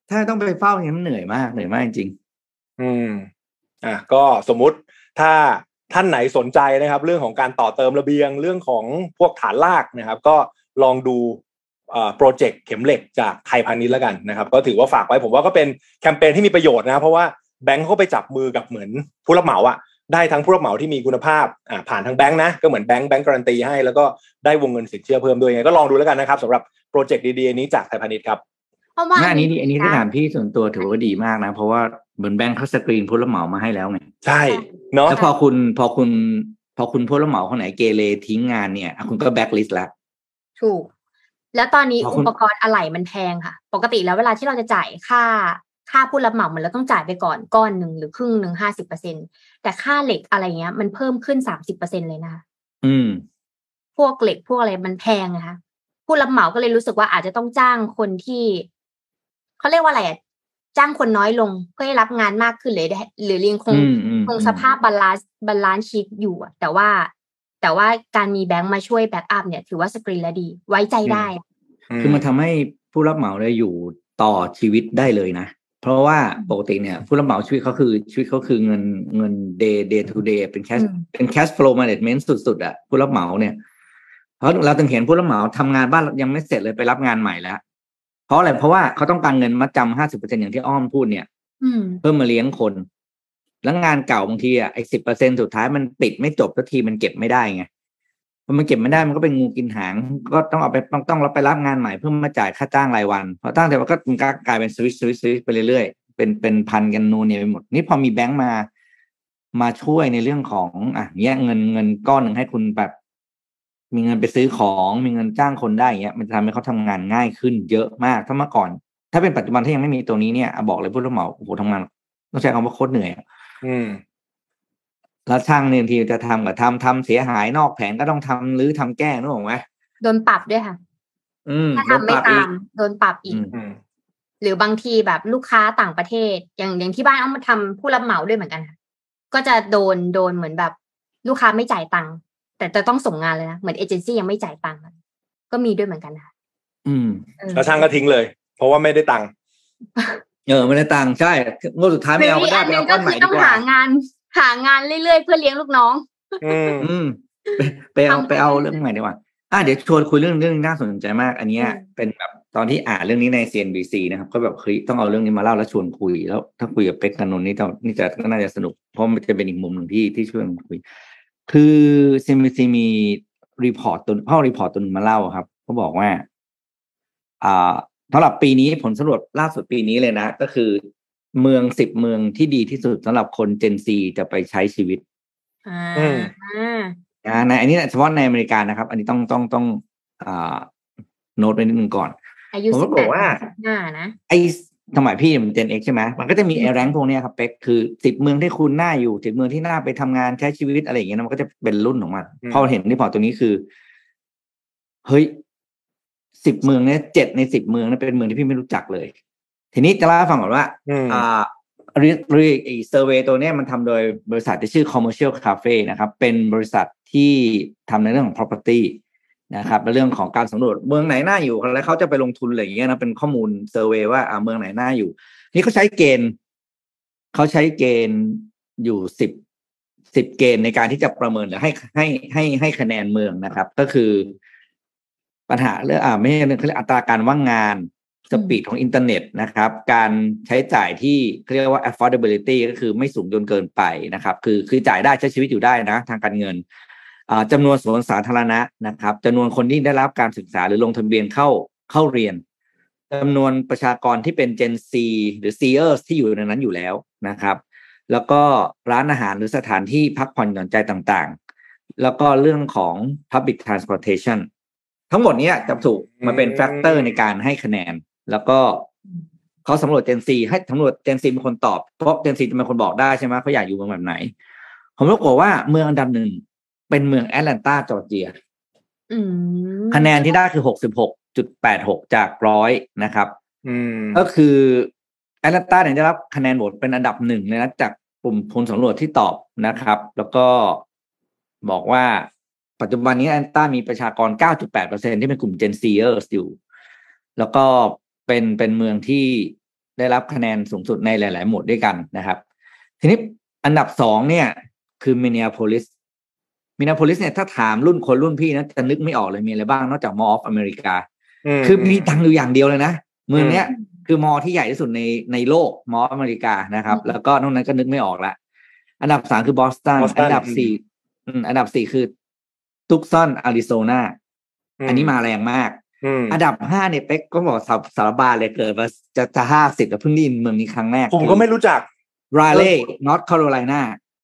ถ้าต้องไปเฝ้าอย่างนั้นเหนื่อยมากเหนื่อยมากจริงอืมอ่ะก็สมมุติถ้าท่านไหนสนใจนะครับเรื่องของการต่อเติมระเบียงเรื่องของพวกฐานรากนะครับก็ลองดูโปรเจกต์เข็มเหล็กจากไทยพาณิชย์แล้วกันนะครับก็ถือว่าฝากไว้ผมว่าก็เป็นแคมเปญที่มีประโยชน์นะเพราะว่าแบงก์เขาไปจับมือกับเหมือนผู้รับเหมาอะได้ทั้งผู้รับเหมาที่มีคุณภาพอ่าผ่านทางแบงก์นะก็เหมือนแบงก์แบงก์การันตีให้แล้วก็ได้วงเงินสินเชื่อเพิ่มด้วยไงก็ลองดูแล้วกันนะครับสำหรับโปรเจกต์ดีๆนี้จากไทยพาณิชย์ครับงานนี้อันนี้ที่ถามพี่ส่วนตัวถือว่าดีมากนะเพราะว่าเหมือนแบงก์เขาสกรีนผู้รับเหมามาให้แล้วไงใช่เนาะแล้วพอคุณพอคุณพอคุณผู้รับเหมาคนไหนเกเรทิ้งงานเนี่ยคุณก็แบ็คลิสต์แล้วถูกแล้วตอนนี้อุปกรณ์อะไหล่มันแพงค่ะปกติแล้วเวลาที่เราจะจ่ายค่าค่าผู้รับเหมามันเราต้องจ่ายไปก่อนก้อนหนึ่งหรือครึ่งหนึ่งห้าสิบเปอร์เซ็นต์แต่ค่าเหล็กอะไรเงี้ยมันเพิ่มขึ้นสามสิบเปอร์เซ็นต์เลยนะคะอืมพวกเหล็กพวกอะไรมันแพงนะคะผู้รับเหมาก็เลยรู้สึกว่าอาจจะต้องจ้างคนที่เขาเรียกว่าอะไรอ่ะจ้างคนน้อยลงเพื่อให้รับงานมากขึ้นเลยหรือยังคงคงสภาพบาลานซ์บาลานซ์ชีทอยู่แต่ว่าแต่ว่าการมีแบงค์มาช่วยแบ็กอัพเนี่ยถือว่าสกรีนและดีไว้ใจได้คือมันทำให้ผู้รับเหมาได้อยู่ต่อชีวิตได้เลยนะเพราะว่าปกติเนี่ยผู้รับเหมาชีวิตเขาคือชีวิตเขาคือเงินเงิน day day to day เป็น cash เป็น cash flow management สุดๆอ่ะผู้รับเหมาเนี่ยเพราะเราถึงเห็นผู้รับเหมาทำงานบ้านยังไม่เสร็จเลยไปรับงานใหม่แล้วเพราะอะไรเพราะว่าเขาต้องการเงินมัดจำ ห้าสิบเปอร์เซ็นต์ อย่างที่อ้อมพูดเนี่ยเพิ่มมาเลี้ยงคนแล้วงานเก่าบางทีอ่ะไอ้ สิบเปอร์เซ็นต์ สุดท้ายมันปิดไม่จบสักทีมันเก็บไม่ได้ไงพอมันเก็บไม่ได้มันก็เป็นงูกินหางก็ต้องเอาไปต้องต้องเราไปรับงานใหม่เพื่อมาจ่ายค่าจ้างรายวันพอตั้งแต่ว่าก็มันก็กลายเป็นสวิชสวิชสวิชไปเรื่อยๆเป็นเป็นพันกันนูนเนี่ยไปหมดนี่พอมีแบงค์มามาช่วยในเรื่องของอ่ะเนี้ยเงินเงินก้อนหนึ่งให้คุณแบบมีเงินไปซื้อของมีเงินจ้างคนได้เงี้ยมันจะทำให้เขาทำงานง่ายขึ้นเยอะมากถ้าเมื่อก่อนถ้าเป็นปัจจุบันที่ยังไม่มีตัวนี้เนี่ยบอกเลยผู้รับเหมาโอ้โหทำงานต้องใช้คำว่าโคตรเหนื่อยอืมแล้วช่างเนี่ยทีจะทำกับทำทำเสียหายนอกแผนก็ต้องทำหรือทำแก้นึกออกไหมโดนปรับด้วยค่ะถ้าทำไม่ตามโดนปรับอีกหรือบางทีแบบลูกค้าต่างประเทศอย่างอย่างที่บ้านเอามาทำผู้รับเหมาด้วยเหมือนกันค่ะก็จะโดนโดนเหมือนแบบลูกค้าไม่จ่ายตังค์แต่จะต้องส่งงานเลยนะเหมือนเอเจนซี่ยังไม่จ่ายตังค์ก็มีด้วยเหมือนกันค่ะอืมแล้วช่างก็ทิ้งเลยเพราะว่าไม่ได้ตังค์เออไม่ได้ตังค์ใช่งวดสุดท้ายไม่เอาไม่ได้ไปเอาก้อนใหม่ดีกว่าต้องหางานหางานเรื่อยๆเพื่อเลี้ยงลูกน้องอืมอืมไปเอาไปเอาเรื่องใหม่ดีกว่าอ่ะเดี๋ยวชวนคุยเรื่องเรื่องน่าสนใจมากอันนี้เป็นแบบตอนที่อ่านเรื่องนี้ใน ซี เอ็น บี ซี นะครับก็แบบเฮ้ยต้องเอาเรื่องนี้มาเล่าแล้วชวนคุยแล้วถ้าคุยกับเป๊ก กนนท์นี่ต้องนี่จะก็น่าจะสนุกเพราะมันจะเป็นอีกมุมหนึ่งที่ที่ชวนคุยคือ ซี เอ็น บี ซี มีรีพอร์ตตัวพ่อรีพอร์ตตัวนึงมาเล่าครับเขาบอกว่าอ่าสำหรับปีนี้ผลสำรวจล่าสุดปีนี้เลยนะก็คือเมืองสิบเมืองที่ดีที่สุดสำหรับคน Gen Z จะไปใช้ชีวิตอ่าอ่าในอันนี้เฉพาะในอเมริกานะครับอันนี้ต้องต้องต้องอ่าโน้ตไว้นิดนึงก่อนผมก็บอกว่านะไอ้สมัยพี่มัน Gen X ใช่ไหมมันก็จะมีไอ้แรงค์พวกนี้ครับเป๊กคือสิบเมืองที่คุณน่าอยู่สิบเมืองที่น่าไปทำงานใช้ชีวิตอะไรอย่างเงี้ยมันก็จะเป็นรุ่นของมันพอเห็นรีพอร์ตตัวนี้คือเฮ้ยสิบเมืองเนี่ยเจ็ดในสิบเมืองเนี่ยเป็นเมืองที่พี่ไม่รู้จักเลยทีนี้จะเล่าให้ฟังก่อนว่าอ่าเรียกเรียกไอ้เซอร์เวย์ตัวนี้มันทำโดยบริษัทที่ชื่อ Commercial Cafe นะครับเป็นบริษัทที่ทำในเรื่องของ property นะครับในเรื่องของการสำรวจเมืองไหนน่าอยู่แล้วเขาจะไปลงทุนอะไรอย่างเงี้ยนะเป็นข้อมูลเซอร์เวย์ว่าอ่าเมืองไหนน่าอยู่นี่เขาใช้เกณฑ์เขาใช้เกณฑ์อยู่สิบสิบเกณฑ์ในการที่จะประเมินหรือให้ให้ให้ให้คะแนนเมืองนะครับก็คือปัญหาเรื่องอ่าไม่ใช่เรื่องเขาเรียกอัตราการว่างงานสปีดของอินเทอร์เน็ตนะครับการใช้จ่ายที่เรียกว่า affordability ก็คือไม่สูงจนเกินไปนะครับคือคือจ่ายได้ใช้ชีวิตอยู่ได้นะทางการเงินจำนวนสวนสาธารณะนะครับจำนวนคนที่ได้รับการศึกษาหรือลงทะเบียนเข้าเข้าเรียนจำนวนประชากรที่เป็น Gen Z หรือ Seers ที่อยู่ในนั้นอยู่แล้วนะครับแล้วก็ร้านอาหารหรือสถานที่พักผ่อนหย่อนใจต่างๆแล้วก็เรื่องของ public transportation ทั้งหมดนี้จะถูกมาเป็นแฟกเตอร์ในการให้คะแนนแล้วก็เขาสำรวจ Gen Z ให้สำรวจ Gen Z เป็นคนตอบเพราะ Gen Z จะเป็นคนบอกได้ใช่ไหมเขาอยากอยู่เมืองแบบไหนผมบอกว่าเมืองอันดับหนึ่งเป็นเมืองแอตแลนตาจอร์เจียคะแนนที่ได้คือ หกสิบหกจุดแปดหก จากร้อยนะครับก็คือแอตแลนตาเนี่ยได้รับคะแนนโหวตเป็นอันดับหนึ่งเลยนะจากกลุ่มผลสำรวจที่ตอบนะครับแล้วก็บอกว่าปัจจุบันนี้แอตแลนตามีประชากร เก้าจุดแปดเปอร์เซ็นต์ ที่เป็นกลุ่ม Gen Zers อยู่แล้วก็เป็นเป็นเมืองที่ได้รับคะแนนสูงสุดในหลายๆหมวดด้วยกันนะครับทีนี้อันดับสองเนี่ยคือมินนีอาโพลิสมินนีอาโพลิสเนี่ยถ้าถามรุ่นคนรุ่นพี่นะจะนึกไม่ออกเลยมีอะไรบ้างนอกจากมออฟอเมริกาคือมีดังอยู่อย่างเดียวเลยนะเมืองเนี้ยคือมอที่ใหญ่ที่สุดในในโลกมออเมริกานะครับแล้วก็นอกนั้นก็นึกไม่ออกละอันดับสามคือบอสตันอันดับสี่อันดับสี่คือตุกซันอาริโซนาอันนี้มาแรงมากอันดับห้าเนี่ยเป๊กก็บอกสารบานเลยเกิดมาจะจะห้าสิบแล้วเพิ่งได้ยินเมืองนี้ครั้งแรกผมก็ไม่รู้จักราเลย์นอร์ทแคโรไลนา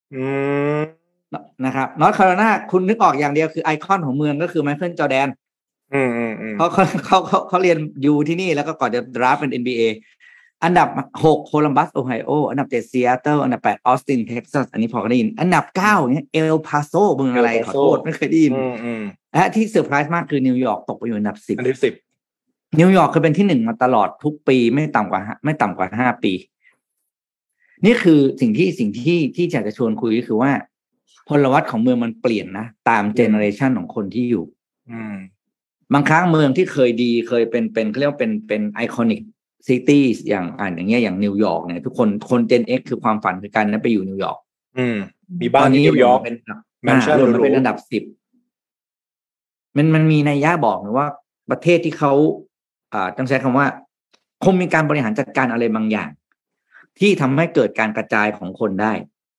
นะครับนอร์ทแคโรไลนาคุณนึกออกอย่างเดียวคือไอคอนของเมืองก็คือไมเคิลจอร์แดนเขาเขาเขาเขาเขาเรียนอยู่ที่นี่แล้วก็ก่อนจะดราฟเป็น เอ็น บี เอ อันดับหกโคลัมบัสโอไฮโออันดับเจ็ดซีแอตเทิลอันดับแปดออสตินเท็กซัสอันนี้พอได้ยินอันดับเก้าเนี่ยเอลพาโซเมืองอะไรขอโทษไม่เคยได้ยินและที่เซอร์ไพรส์มากคือนิวยอร์กตกไปอยู่อันดับสิบอันดับสิบนิวยอร์กเคยเป็นที่หนึ่งมาตลอดทุกปีไม่ต่ำกว่าไม่ต่ำกว่าห้าปีนี่คือสิ่งที่สิ่งที่ที่อยากจะชวนคุยก็คือว่าพลวัตของเมืองมันเปลี่ยนนะตามเจเนอเรชันของคนที่อยู่บางครั้งเมืองที่เคยดีเคยเป็นเป็นเขาเรียกว่าเป็นเป็นไอคอนิกซิตี้อย่างอ่านอย่างเงี้ยอย่างนิวยอร์กเนี่ยทุกคนคนเจน X คือความฝันคือการนั้นไปอยู่นิวยอร์กอืมมีบ้านที่นิวยอร์กเป็นแมนชั่นเป็นอันดับสิบมันมันมีนัยยะบอกนะว่าประเทศที่เขาอ่าต้องใช้คำว่าคงมีการบริหารจัดการอะไรบางอย่างที่ทำให้เกิดการกระจายของคนได้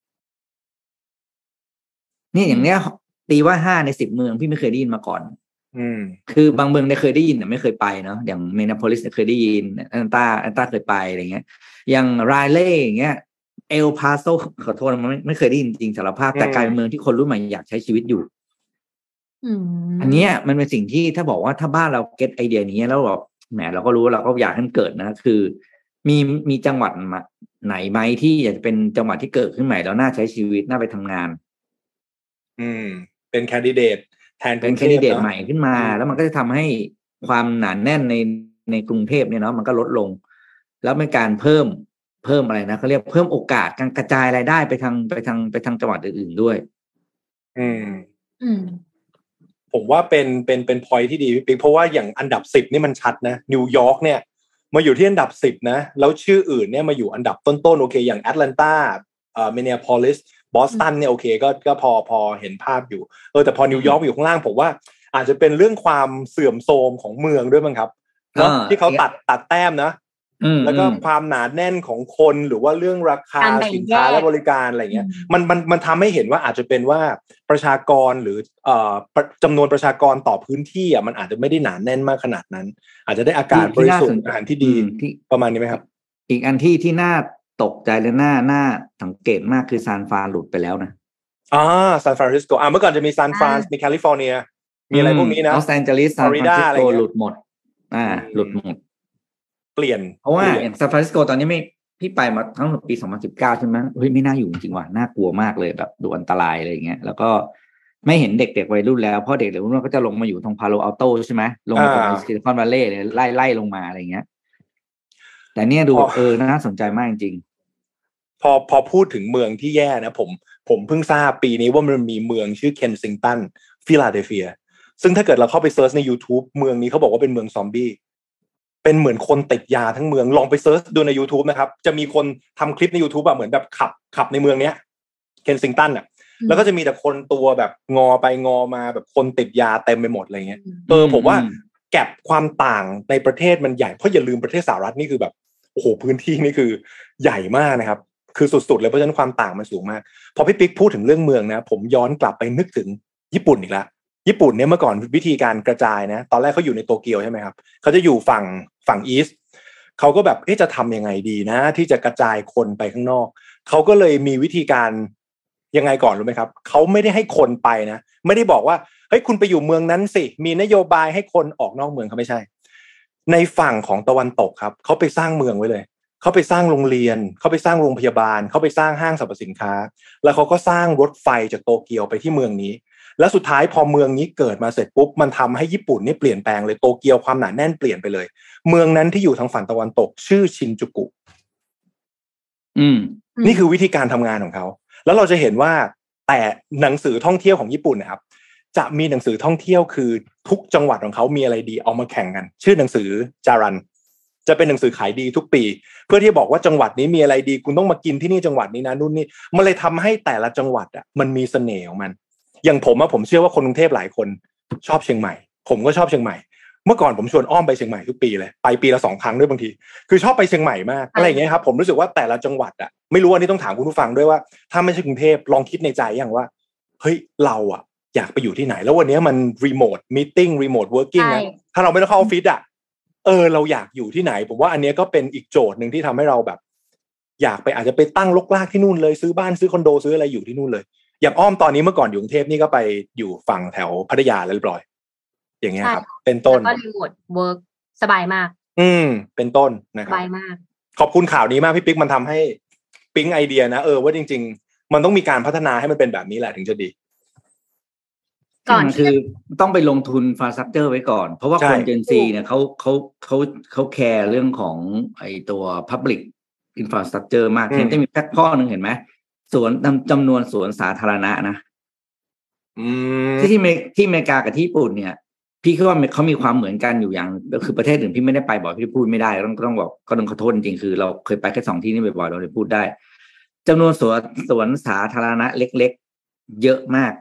นี่อย่างเนี้ยตีว่าห้าในสิบเมืองพี่ไม่เคยได้ยินมาก่อนอืมคือบางเมืองเนี่ยเคยได้ยินแต่ไม่เคยไปเนาะอย่างเมนาโพลิสเคยได้ยินแอตแลนตาแอตแลนตาเคยไปอะไรเงี้ยอย่างไรเล่อย่างเงี้ยเอลพาโซขอโทษมันไม่ไม่เคยได้ยินจริงสารภาพแต่กลายเป็นเมืองที่คนรุ่นใหม่อยากใช้ชีวิตอยู่อันเนี้ยมันเป็นสิ่งที่ถ้าบอกว่าถ้าบ้านเราเก็ตไอเดียนี้แล้วแบบแหมเราก็รู้เราก็อยากให้มันเกิดนะคือมีมีจังหวัดไหนไหมที่อยากจะเป็นจังหวัดที่เกิดขึ้นใหม่แล้วน่าใช้ชีวิตน่าไปทำงานอืมเป็นแคนดิเดตแทนเป็นแคนดิเดตใหม่ขึ้นมาแล้วมันก็จะทำให้ความหนาแน่นในในกรุงเทพเนี่ยเนาะมันก็ลดลงแล้วเป็นการเพิ่มเพิ่มอะไรนะเขาเรียกเพิ่มโอกาสการกระจายรายได้ไปทางไปทางไปทางจังหวัดอื่นๆด้วยอืมอืมผมว่าเป็นเป็นเป็นพอยที่ดีพี่ปิ๊กเพราะว่าอย่างอันดับสิบนี่มันชัดนะนิวยอร์กเนี่ยมาอยู่ที่อันดับสิบนะแล้วชื่ออื่นเนี่ยมาอยู่อันดับต้นๆโอเคอย่างแอตแลนตาเอ่อมินนีอาโพลิสบอสตันเนี่ยโอเคก็ก็พอพอเห็นภาพอยู่เออแต่พอนิวยอร์กอยู่ข้างล่างผมว่าอาจจะเป็นเรื่องความเสื่อมโทรมของเมืองด้วยมั้งครับเนาะที่เขาตัดตัดแต้มนะแล้วก็ความหนาแน่นของคนหรือว่าเรื่องราคาสินค้าและบริการอะไรเงี้ยมันมันมันทำให้เห็นว่าอาจจะเป็นว่าประชากรหรือเอ่อจำนวนประชากรต่อพื้นที่อ่ะมันอาจจะไม่ได้หนาแน่นมากขนาดนั้นอาจจะได้อากาศบริสุทธิ์อาหารที่ดีประมาณนี้ไหมครับอีกอันที่ที่น่าตกใจและน่าน่าสังเกตมากคือซานฟรานหลุดไปแล้วนะอ่าซานฟรานซิสโกอ่าเมื่อก่อนจะมีซานฟรานมีแคลิฟอร์เนียมีอะไรพวกนี้นะลอสแองเจลิสซานฟรานซิสโกหลุดหมดอ่าหลุดหมดเปลี่ยนเพราะว่าอย่างซานฟรานซิสโกตอนนี้ไม่พี่ไปมาทั้งปีสองพันสิบเก้าใช่ไหมเฮ้ยไม่น่าอยู่จริงๆว่ะน่ากลัวมากเลยแบบดูอันตรายอะไรอย่างเงี้ยแล้วก็ไม่เห็นเด็กๆวัยรุ่นแล้วเพราะเด็กๆวัยรุ่นก็จะลงมาอยู่ตรงพาโลอัลโตใช่ไหมลงมาตรงซิลิคอนวัลเลย์เลยไล่ไล่ลงมาอะไรเงี้ยแต่เนี่ยดูเออน่าสนใจมากจริงพอพอพูดถึงเมืองที่แย่นะผมผมเพิ่งทราบปีนี้ว่ามันมีเมืองชื่อเคนซิงตันฟิลาเดลเฟียซึ่งถ้าเกิดเราเข้าไปเซิร์ชใน YouTube เมืองนี้เขาบอกว่าเป็นเมืองซอมบี้เป็นเหมือนคนติดยาทั้งเมืองลองไปเซิร์ชดูใน YouTube นะครับจะมีคนทำคลิปใน YouTube อ่ะเหมือนแบบขับขับในเมืองเนี้ยเคนซิงตันอ่ะแล้วก็จะมีแต่คนตัวแบบงอไปงอมาแบบคนติดยาเต็มไปหมดอะไรเงี้ยเออผมว่าแก็บความต่างในประเทศมันใหญ่เพราะอย่าลืมประเทศสหรัฐนี่คือแบบโอ้โหพื้นที่นี่คือใหญ่มากนะครับคือสุดๆเลยเพราะฉะนั้นความต่างมันสูงมากพอพี่ปิ๊กพูดถึงเรื่องเมืองนะผมย้อนกลับไปนึกถึงญี่ปุ่นอีกแล้วญี่ปุ่นเนี่ยเมื่อก่อนวิธีการกระจายนะตอนแรกเขาอยู่ในโตเกียวใช่ไหมครับเขาจะอยู่ฝั่งฝั่งอีสต์เขาก็แบบเอ๊ะจะทำยังไงดีนะที่จะกระจายคนไปข้างนอกเขาก็เลยมีวิธีการยังไงก่อนรู้ไหมครับเขาไม่ได้ให้คนไปนะไม่ได้บอกว่าเฮ้ยคุณไปอยู่เมืองนั้นสิมีนโยบายให้คนออกนอกเมืองเขาไม่ใช่ในฝั่งของตะวันตกครับเขาไปสร้างเมืองไว้เลยเขาไปสร้างโรงเรียนเขาไปสร้างโรงพยาบาลเขาไปสร้างห้างสรรพสินค้าแล้วเขาก็สร้างรถไฟจากโตเกียวไปที่เมืองนี้แล้วสุดท้ายพอเมืองนี้เกิดมาเสร็จปุ๊บมันทำให้ญี่ปุ่นนี่เปลี่ยนแปลงเลยโตเกียวความหนาแน่นเปลี่ยนไปเลยเมืองนั้นที่อยู่ทางฝั่งตะวันตกชื่อชินจูกุอืมนี่คือวิธีการทำงานของเขาแล้วเราจะเห็นว่าแต่หนังสือท่องเที่ยวของญี่ปุ่นนะครับจะมีหนังสือท่องเที่ยวคือทุกจังหวัดของเขามีอะไรดีเอามาแข่งกันชื่อหนังสือจารันจะเป็นหนังสือขายดีทุกปีเพื่อที่บอกว่าจังหวัดนี้มีอะไรดีคุณต้องมากินที่นี่จังหวัดนี้นะนู่นนี่มันเลยทำให้แต่ละจังหวัดอ่ะมันมีเสน่ห์ของมันอย่างผมอะผมเชื่อว่าคนกรุงเทพหลายคนชอบเชียงใหม่ผมก็ชอบเชียงใหม่เมื่อก่อนผมชวนอ้อมไปเชียงใหม่ทุกปีเลยไปปีละสองครั้งด้วยบางทีคือชอบไปเชียงใหม่มากอะไรอย่างเงี้ยครับผมรู้สึกว่าแต่ละจังหวัดอ่ะไม่รู้อันนี้ต้องถามคุณผู้ฟังด้วยว่าถ้าไม่ใช่กรุงเทพลองคิดในใจอย่างว่าเฮ้ยเราอ่ะอยากไปอยู่ที่ไหนแล้ววันนี้มันรีโมทมีตติ้งรีโมทเวิร์กิ่งนะถ้าเราไม่ต้องเข้าออฟฟิศอ่ะเออเราอยากอยู่ที่ไหนผมว่าอันนี้ก็เป็นอีกโจทย์นึงที่ทำให้เราแบบอยากไปอาจจะไปตั้งลกลากที่นู่นเลยซื้อบ้านซื้อคอนโดซื้ออะไรอยู่ที่นู่นเลยอย่างอ้อมตอนนี้เมื่อก่อนอยู่กรุงเทพนี่ก็ไปอยู่ฝั่งแถวพัทยาเรียบร้อยอย่างเงี้ยครับเป็นต้นแล้วก็รีโมทเวิร์กสบายมากอืมเป็นต้นนะครับสบายมากขอบคุณข่าวนี้มากพี่ปิ๊กมันทำให้ปิ๊งไอเดียนะเออว่าจริงๆมันต้องมีการพัฒนาให้มันเป็นแบบนี้แหละถึงจะดีก่อนคือต้องไปลงทุน infrastructure ไว้ก่อนเพราะว่าคน Gen Z เนี่ยเขาเขาเขาเขาแคร์เรื่องของไอตัว public infrastructure มากเห็นจะมีแค่ข้อนึงเห็นไหมสวนจำนวนสวนสาธารณะนะที่ที่ที่อเมริกากับที่ญี่ปุ่นเนี่ยพี่คิดว่าเขามีความเหมือนกันอยู่อย่างคือประเทศอื่นพี่ไม่ได้ไปบ่อยพี่พูดไม่ได้ต้องต้องบอกก็ต้องขอโทษจริงๆคือเราเคยไปแค่สองที่นี่บ่อยๆเราเลยพูดได้จำนวนสวนสวนสาธารณะเล็กๆเยอะมาก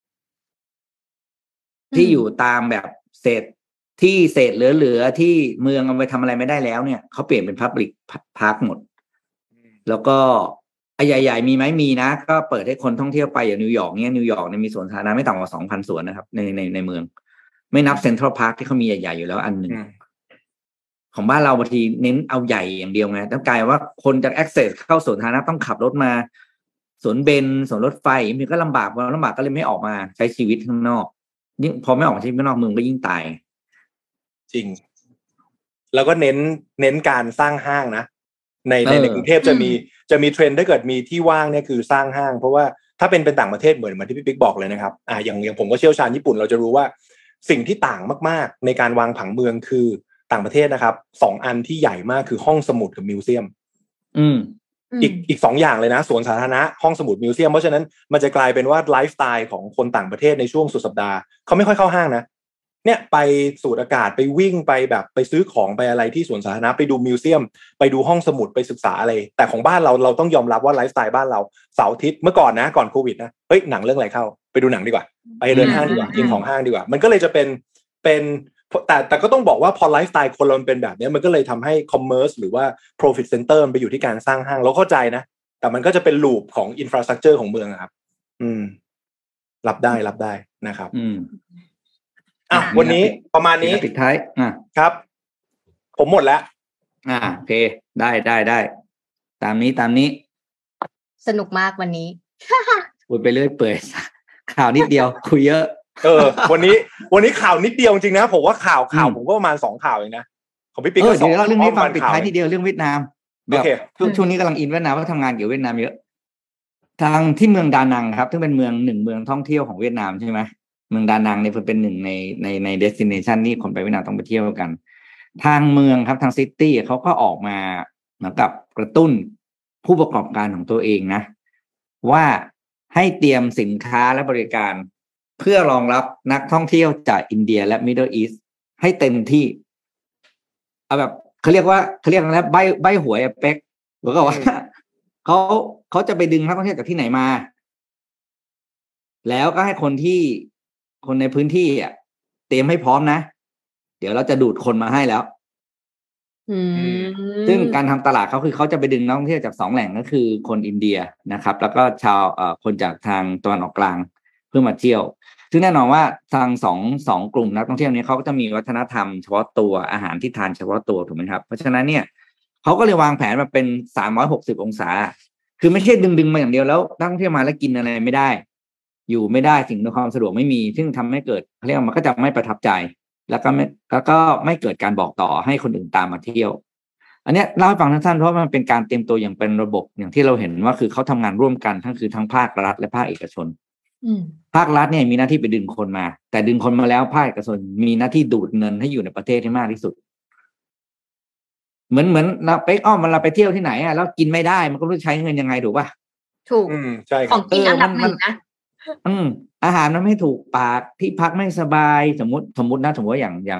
ที่อยู่ตามแบบเศษที่เศษเหลือๆที่เมืองเอาไปทำอะไรไม่ได้แล้วเนี่ยเขาเปลี่ยนเป็น public park หมดแล้วก็ไอ้ใหญ่ๆมีไหมมีนะก็เปิดให้คนท่องเที่ยวไปอย่างนิวยอร์กเนี่ยนิวยอร์กเนี่ยมีสวนสาธารณะไม่ต่ำกว่า สองพัน สวนนะครับในในในเมืองไม่นับเซ็นทรัลพาร์คที่เขามีใหญ่ๆอยู่แล้วอันหนึ่งของบ้านเราบางทีเน้นเอาใหญ่อย่างเดียวไงต้องกลายว่าคนจะ access เข้าสวนสาธารณะต้องขับรถมาสวนเบนสวนรถไฟมันก็ลำบากพอลำบากก็เลยไม่ออกมาใช้ชีวิตข้างนอกยิ่งพอไม่ออกมาใช้ชีวิตข้างนอกเมืองก็ยิ่งตายจริงแล้วก็เน้นเน้นการสร้างห้างนะในในในกรุงเทพจะมีจะมีเทรนด์ถ้าเกิดมีที่ว่างเนี่ยคือสร้างห้างเพราะว่าถ้าเป็นเป็นต่างประเทศเหมือนเหมือนที่พี่ปิ๊กบอกเลยนะครับอ่าอย่างอย่างผมก็เชี่ยวชาญญี่ปุ่นเราจะรู้ว่าสิ่งที่ต่างมากๆในการวางผังเมืองคือต่างประเทศนะครับสองอันที่ใหญ่มากคือห้องสมุดกับมิวเซียมอืมอีกอีกสองอย่างเลยนะสวนสาธารณะห้องสมุดมิวเซียมเพราะฉะนั้นมันจะกลายเป็นว่าไลฟ์สไตล์ของคนต่างประเทศในช่วงสุดสัปดาห์เขาไม่ค่อยเข้าห้างนะเนี่ยไปสูดอากาศไปวิ่งไปแบบไปซื้อของไปอะไรที่สวนสาธารณะไปดูมิวเซียมไปดูห้องสมุดไปศึกษาอะไรแต่ของบ้านเราเราต้องยอมรับว่าไลฟ์สไตล์บ้านเราเสาร์อาทิตย์เมื่อก่อนนะก่อนโควิดนะเฮ้ยหนังเรื่องอะไรเข้าไปดูหนังดีกว่าไปเดินห้างดีกว่ากินของห้างดีกว่ามันก็เลยจะเป็นเป็นแต่แต่ก็ต้องบอกว่าพอไลฟ์สไตล์คนเราเป็นแบบนี้มันก็เลยทำให้คอมเมอร์สหรือว่า profit center ไปอยู่ที่การสร้างห้างเราเข้าใจนะแต่มันก็จะเป็นลูปของอินฟราสตรัคเจอร์ของเมืองครับอืมรับได้รับได้นะครับอืมอ่ะวันนี้ประมาณนี้ปิดท้ายอ่ะครับผมหมดแล้วอ่าโอเคได้ได้ได้ตามนี้ตามนี้สนุกมากวันนี้คุยไปเรื่อยเปื่อยข่าวนิดเดียวคุยเยอะเออวันนี้วันนี้ข่าวนิดเดียวจริงนะผมว่าข่าวข่าวผมก็ประมาณสองข่าวเองนะของพี่ปิ๊กก็สองเดี๋ยวเรื่องนี้ฟังปิดท้ายทีเดียวเรื่องเวียดนามโอเคช่วงช่วงนี้กำลังอินเวียดนามเพราะทำงานเกี่ยวกับเวียดนามเยอะทางที่เมืองดานังครับซึ่งเป็นเมืองหนึ่งเมืองท่องเที่ยวของเวียดนามใช่ไหมเมืองดานังเนี่ยเป็นหนึ่งในในในเดสติเนชันนี่คนไปเวียดนามต้องไปเที่ยวกันทางเมืองครับทางซิตี้เขาก็ออกมาเหมือนกับกระตุ้นผู้ประกอบการของตัวเองนะว่าให้เตรียมสินค้าและบริการเพื่อรองรับนักท่องเที่ยวจากอินเดียและมิดเดิลอีสต์ให้เต็มที่เอาแบบเขาเรียกว่าเขาเรียกอะไรใบใบหวยเป๊กบอกว่าเขาเขาจะไปดึงนักท่องเที่ยวจากที่ไหนมาแล้วก็ให้คนที่คนในพื้นที่อ่ะเตรียมให้พร้อมนะเดี๋ยวเราจะดูดคนมาให้แล้วซึ่งการทำตลาดเขาคือเขาจะไปดึงนักท่องเที่ยวจากสองแหล่งก็คือคนอินเดียนะครับแล้วก็ชาวเอ่อคนจากทางตะวันออกกลางเพื่อมาเที่ยวซึ่งแน่นอนว่าทางสองสองกลุ่มนักท่องเที่ยวนี้เขาก็จะมีวัฒนธรรมเฉพาะตัวอาหารที่ทานเฉพาะตัวถูกไหมครับเพราะฉะนั้นเนี่ยเขาก็เลยวางแผนมาเป็นสามร้อยหกสิบองศาคือไม่ใช่ดึงดึงมาอย่างเดียวแล้วนักท่องเที่ยวมาแล้วกินอะไรไม่ได้อยู่ไม่ได้สิ่งในความสะดวกไม่มีซึ่งทำให้เกิดเขาเรียกมันก็จะไม่ประทับใจแล้วก็ไม่แล้วก็ไม่เกิดการบอกต่อให้คนอื่นตามมาเที่ยวอันนี้เล่าให้ฟังสั้นๆเพราะมันเป็นการเตรียมตัวอย่างเป็นระบบอย่างที่เราเห็นว่าคือเขาทำงานร่วมกันทั้งคือทั้งภาครัฐและภาคเอกชนภาครัฐเนี่ยมีหน้าที่ไปดึงคนมาแต่ดึงคนมาแล้วภาคเอกชนมีหน้าที่ดูดเงินให้อยู่ในประเทศให้มากที่สุดเหมือนเหมือนเราไปอ้อมมันเราไปเที่ยวที่ไหนอ่ะแล้วกินไม่ได้มันก็ต้องใช้เงินยังไงถูกป่ะถูกใช่ของกินอันดับหนึ่งนะอืมอาหารมันไม่ถูกปากที่พักไม่สบายสมมติสมมตินะสมมติว่าอย่างอย่าง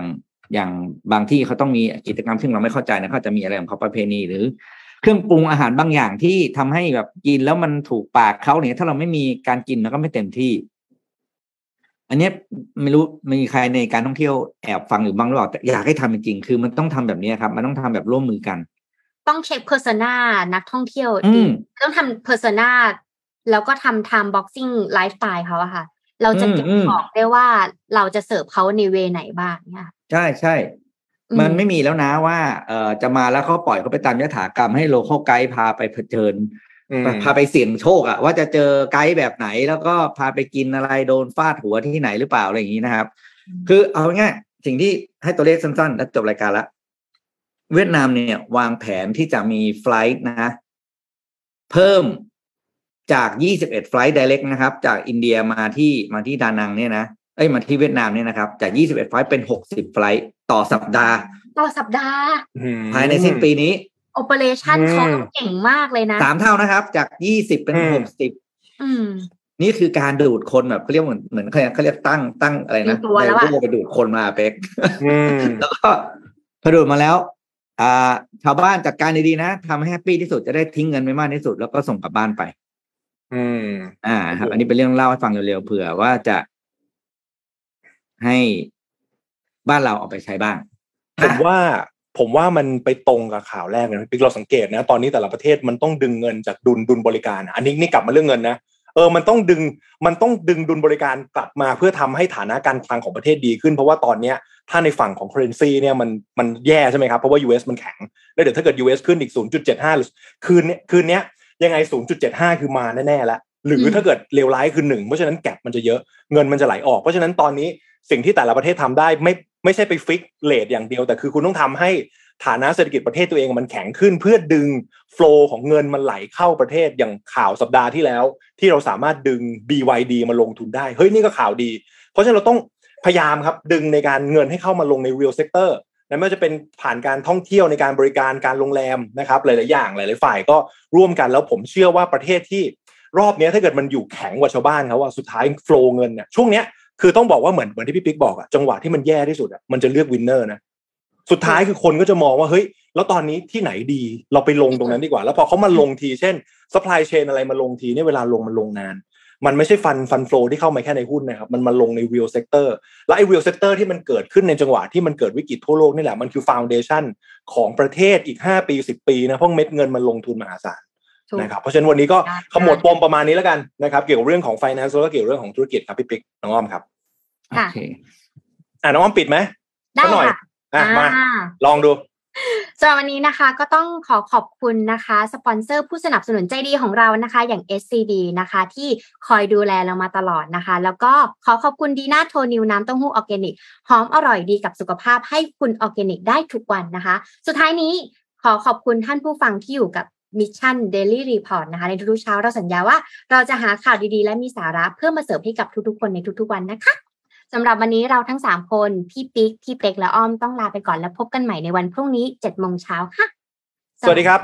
อย่างบางที่เขาต้องมีกิจกรรมซึ่งเราไม่เข้าใจนะเขาจะมีอะไรของเขาประเพณีหรือเครื่องปรุงอาหารบางอย่างที่ทำให้แบบกินแล้วมันถูกปากเขาเนี่ยถ้าเราไม่มีการกินแล้วก็ไม่เต็มที่อันนี้ไม่รู้มีใครในการท่องเที่ยวแอบฟังอยู่บ้างหรือเปล่าแต่อยากให้ทำจริงๆคือมันต้องทำแบบนี้ครับมันต้องทำแบบร่วมมือกันต้องเช็คเพอร์ซนานักท่องเที่ยวต้องทำเพอร์ซนาแล้วก็ทำไทม์บ็อกซิ่งไลฟ์สไตล์เขาอะค่ะเราจะเก็บของได้ว่าเราจะเสิร์ฟเขาในเวไหนบ้างเนี่ยใช่ใช่มันไม่มีแล้วนะว่าเอ่อจะมาแล้วเขาปล่อยเขาไปตามยถากรรมให้โลคอลไกด์พาไปเผชิญพาไปเสี่ยงโชคอะว่าจะเจอไกด์แบบไหนแล้วก็พาไปกินอะไรโดนฟาดหัวที่ไหนหรือเปล่าอะไรอย่างนี้นะครับคือเอาง่ายสิ่งที่ให้ตัวเลขสั้นๆแล้วจบรายการละเวียดนามเนี่ยวางแผนที่จะมีไฟลท์นะเพิ่มจากยี่สิบเอ็ดไฟลท์ไดเรกนะครับจากอินเดียมาที่มาที่ดานังเนี่ยนะเอ้ยมาที่เวียดนามเนี่ยนะครับจากยี่สิบเอ็ดไฟลท์เป็นหกสิบไฟลท์ต่อสัปดาห์ต่อสัปดาห์ภายในสิ้นปีนี้โอเปอเรชั่นเขาเก่งมากเลยนะสามเท่านะครับจากยี่สิบเป็นหกสิบอืมนี่คือการดูดคนแบบเขาเรียกเหมือนเหมือนเขาเขาเรียกตั้งตั้งอะไรนะไดโวไปดูดคนมาเป็กแล้วก็พอดูดมาแล้วอ่าชาวบ้านจัดการดีๆนะทำให้แฮปปี้ที่สุดจะได้ทิ้งเงินไม่มากที่สุดแล้วก็ส่งกลับบ้านไปอืมอ่าครับอันนี้เป็นเรื่องเล่าให้ฟังเร็วๆเผื่อว่าจะให้บ้านเราเอาไปใช้บ้างผมว่าผมว่ามันไปตรงกับข่าวแรกนะพี่เราสังเกตนะตอนนี้แต่ละประเทศมันต้องดึงเงินจากดุลดุลบริการอันนี้นี่กลับมาเรื่องเงินนะเออมันต้องดึงมันต้องดึงดุลบริการกลับมาเพื่อทำให้ฐานะการคลังของประเทศดีขึ้นเพราะว่าตอนเนี้ยถ้าในฝั่งของ currency เนี่ยมันมันแย่ใช่ไหมครับเพราะว่า ยู เอส มันแข็งแล้วเดี๋ยวถ้าเกิด ยู เอส ขึ้นอีก ศูนย์จุดเจ็ดห้า คืนนี้คืนนี้ยังไง ศูนย์จุดเจ็ดห้า คือมาแน่ๆแล้วหรือถ้าเกิดเลวร้ายคือหนึ่งเพราะฉะนั้นแก็ปมันจะเยอะเงินมันจะไหลออกเพราะฉะนั้นตอนนี้สิ่งที่แต่ละประเทศทำได้ไม่ไม่ใช่ไปฟิกเรทอย่างเดียวแต่คือคุณต้องทำให้ฐานะเศรษฐกิจประเทศตัวเองมันแข็งขึ้นเพื่อดึงโฟลว์ของเงินมันไหลเข้าประเทศอย่างข่าวสัปดาห์ที่แล้วที่เราสามารถดึง บี วาย ดี มาลงทุนได้เฮ้ยนี่ก็ข่าวดีเพราะฉะนั้นเราต้องพยายามครับดึงในการเงินให้เข้ามาลงใน real sector ไม่ว่าจะเป็นผ่านการท่องเที่ยวในการบริการการโรงแรมนะครับหลายๆอย่างหลายๆฝ่ายก็ร่วมกันแล้วผมเชื่อว่าประเทศที่รอบนี้ถ้าเกิดมันอยู่แข็งกว่าชาวบ้านเขาว่าสุดท้ายโฟลว์เงินเนี่ยช่วงเนี้ยคือต้องบอกว่าเหมือนเหมือนที่พี่ปิ๊กบอกอะจังหวะที่มันแย่ที่สุดอะมันจะเลือกวินเนอร์นะสุดท้ายคือคนก็จะมองว่าเฮ้ยแล้วตอนนี้ที่ไหนดีเราไปลงตรงนั้นดีกว่าแล้วพอเขามาลงทีเช่น supply chain อะไรมาลงทีเนี่ยเวลาลงมันลงนานมันไม่ใช่ฟันฟันโฟลที่เข้ามาแค่ในหุ้นนะครับมันมาลงใน real sector และไอ้ real sector ที่มันเกิดขึ้นในจังหวะที่มันเกิดวิกฤตทั่วโลกนี่แหละมันคือ foundation ของประเทศอีกห้าปีสิบปีนะเพราะเม็ดเงินมันลงทุนมหาศาลนะครับเพราะฉะนั้นวันนี้ก็ขมวดปมประมาณนี้แล้วกันนะครับเกี่ยวกับเรื่องของ finance แล้วก็เกี่ยวกับเรื่องของธุรกิจครับพี่ปิ๊กน้องอ้อมครับโอเคอ่ะน้องอ้อมปิดไหมได้ค่ะอ่ะมาลองดูสำหรับวันนี้นะคะก็ต้องขอขอบคุณนะคะสปอนเซอร์ผู้สนับสนุนใจดีของเรานะคะอย่าง เอส ซี บี นะคะที่คอยดูแลเรามาตลอดนะคะแล้วก็ขอขอบคุณดีน่าโทนิวน้ำเต้าหู้ออร์แกนิกหอมอร่อยดีกับสุขภาพให้คุณออร์แกนิกได้ทุกวันนะคะสุดท้ายนี้ขอขอบคุณท่านผู้ฟังที่อยู่กับมิชชั่น Daily Report นะคะในทุกๆเช้าเราสัญญาว่าเราจะหาข่าวดีๆและมีสาระเพื่อมาเสิร์ฟให้กับทุกๆคนในทุกๆวันนะคะสำหรับวันนี้เราทั้งสามคนพี่ปิ๊กพี่เป็กและอ้อมต้องลาไปก่อนแล้วพบกันใหม่ในวันพรุ่งนี้ เจ็ดโมงเช้าค่ะสวัสดีครับ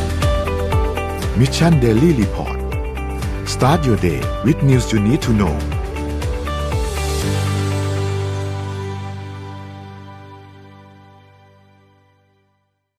Mission Daily Report Start your day with news you need to know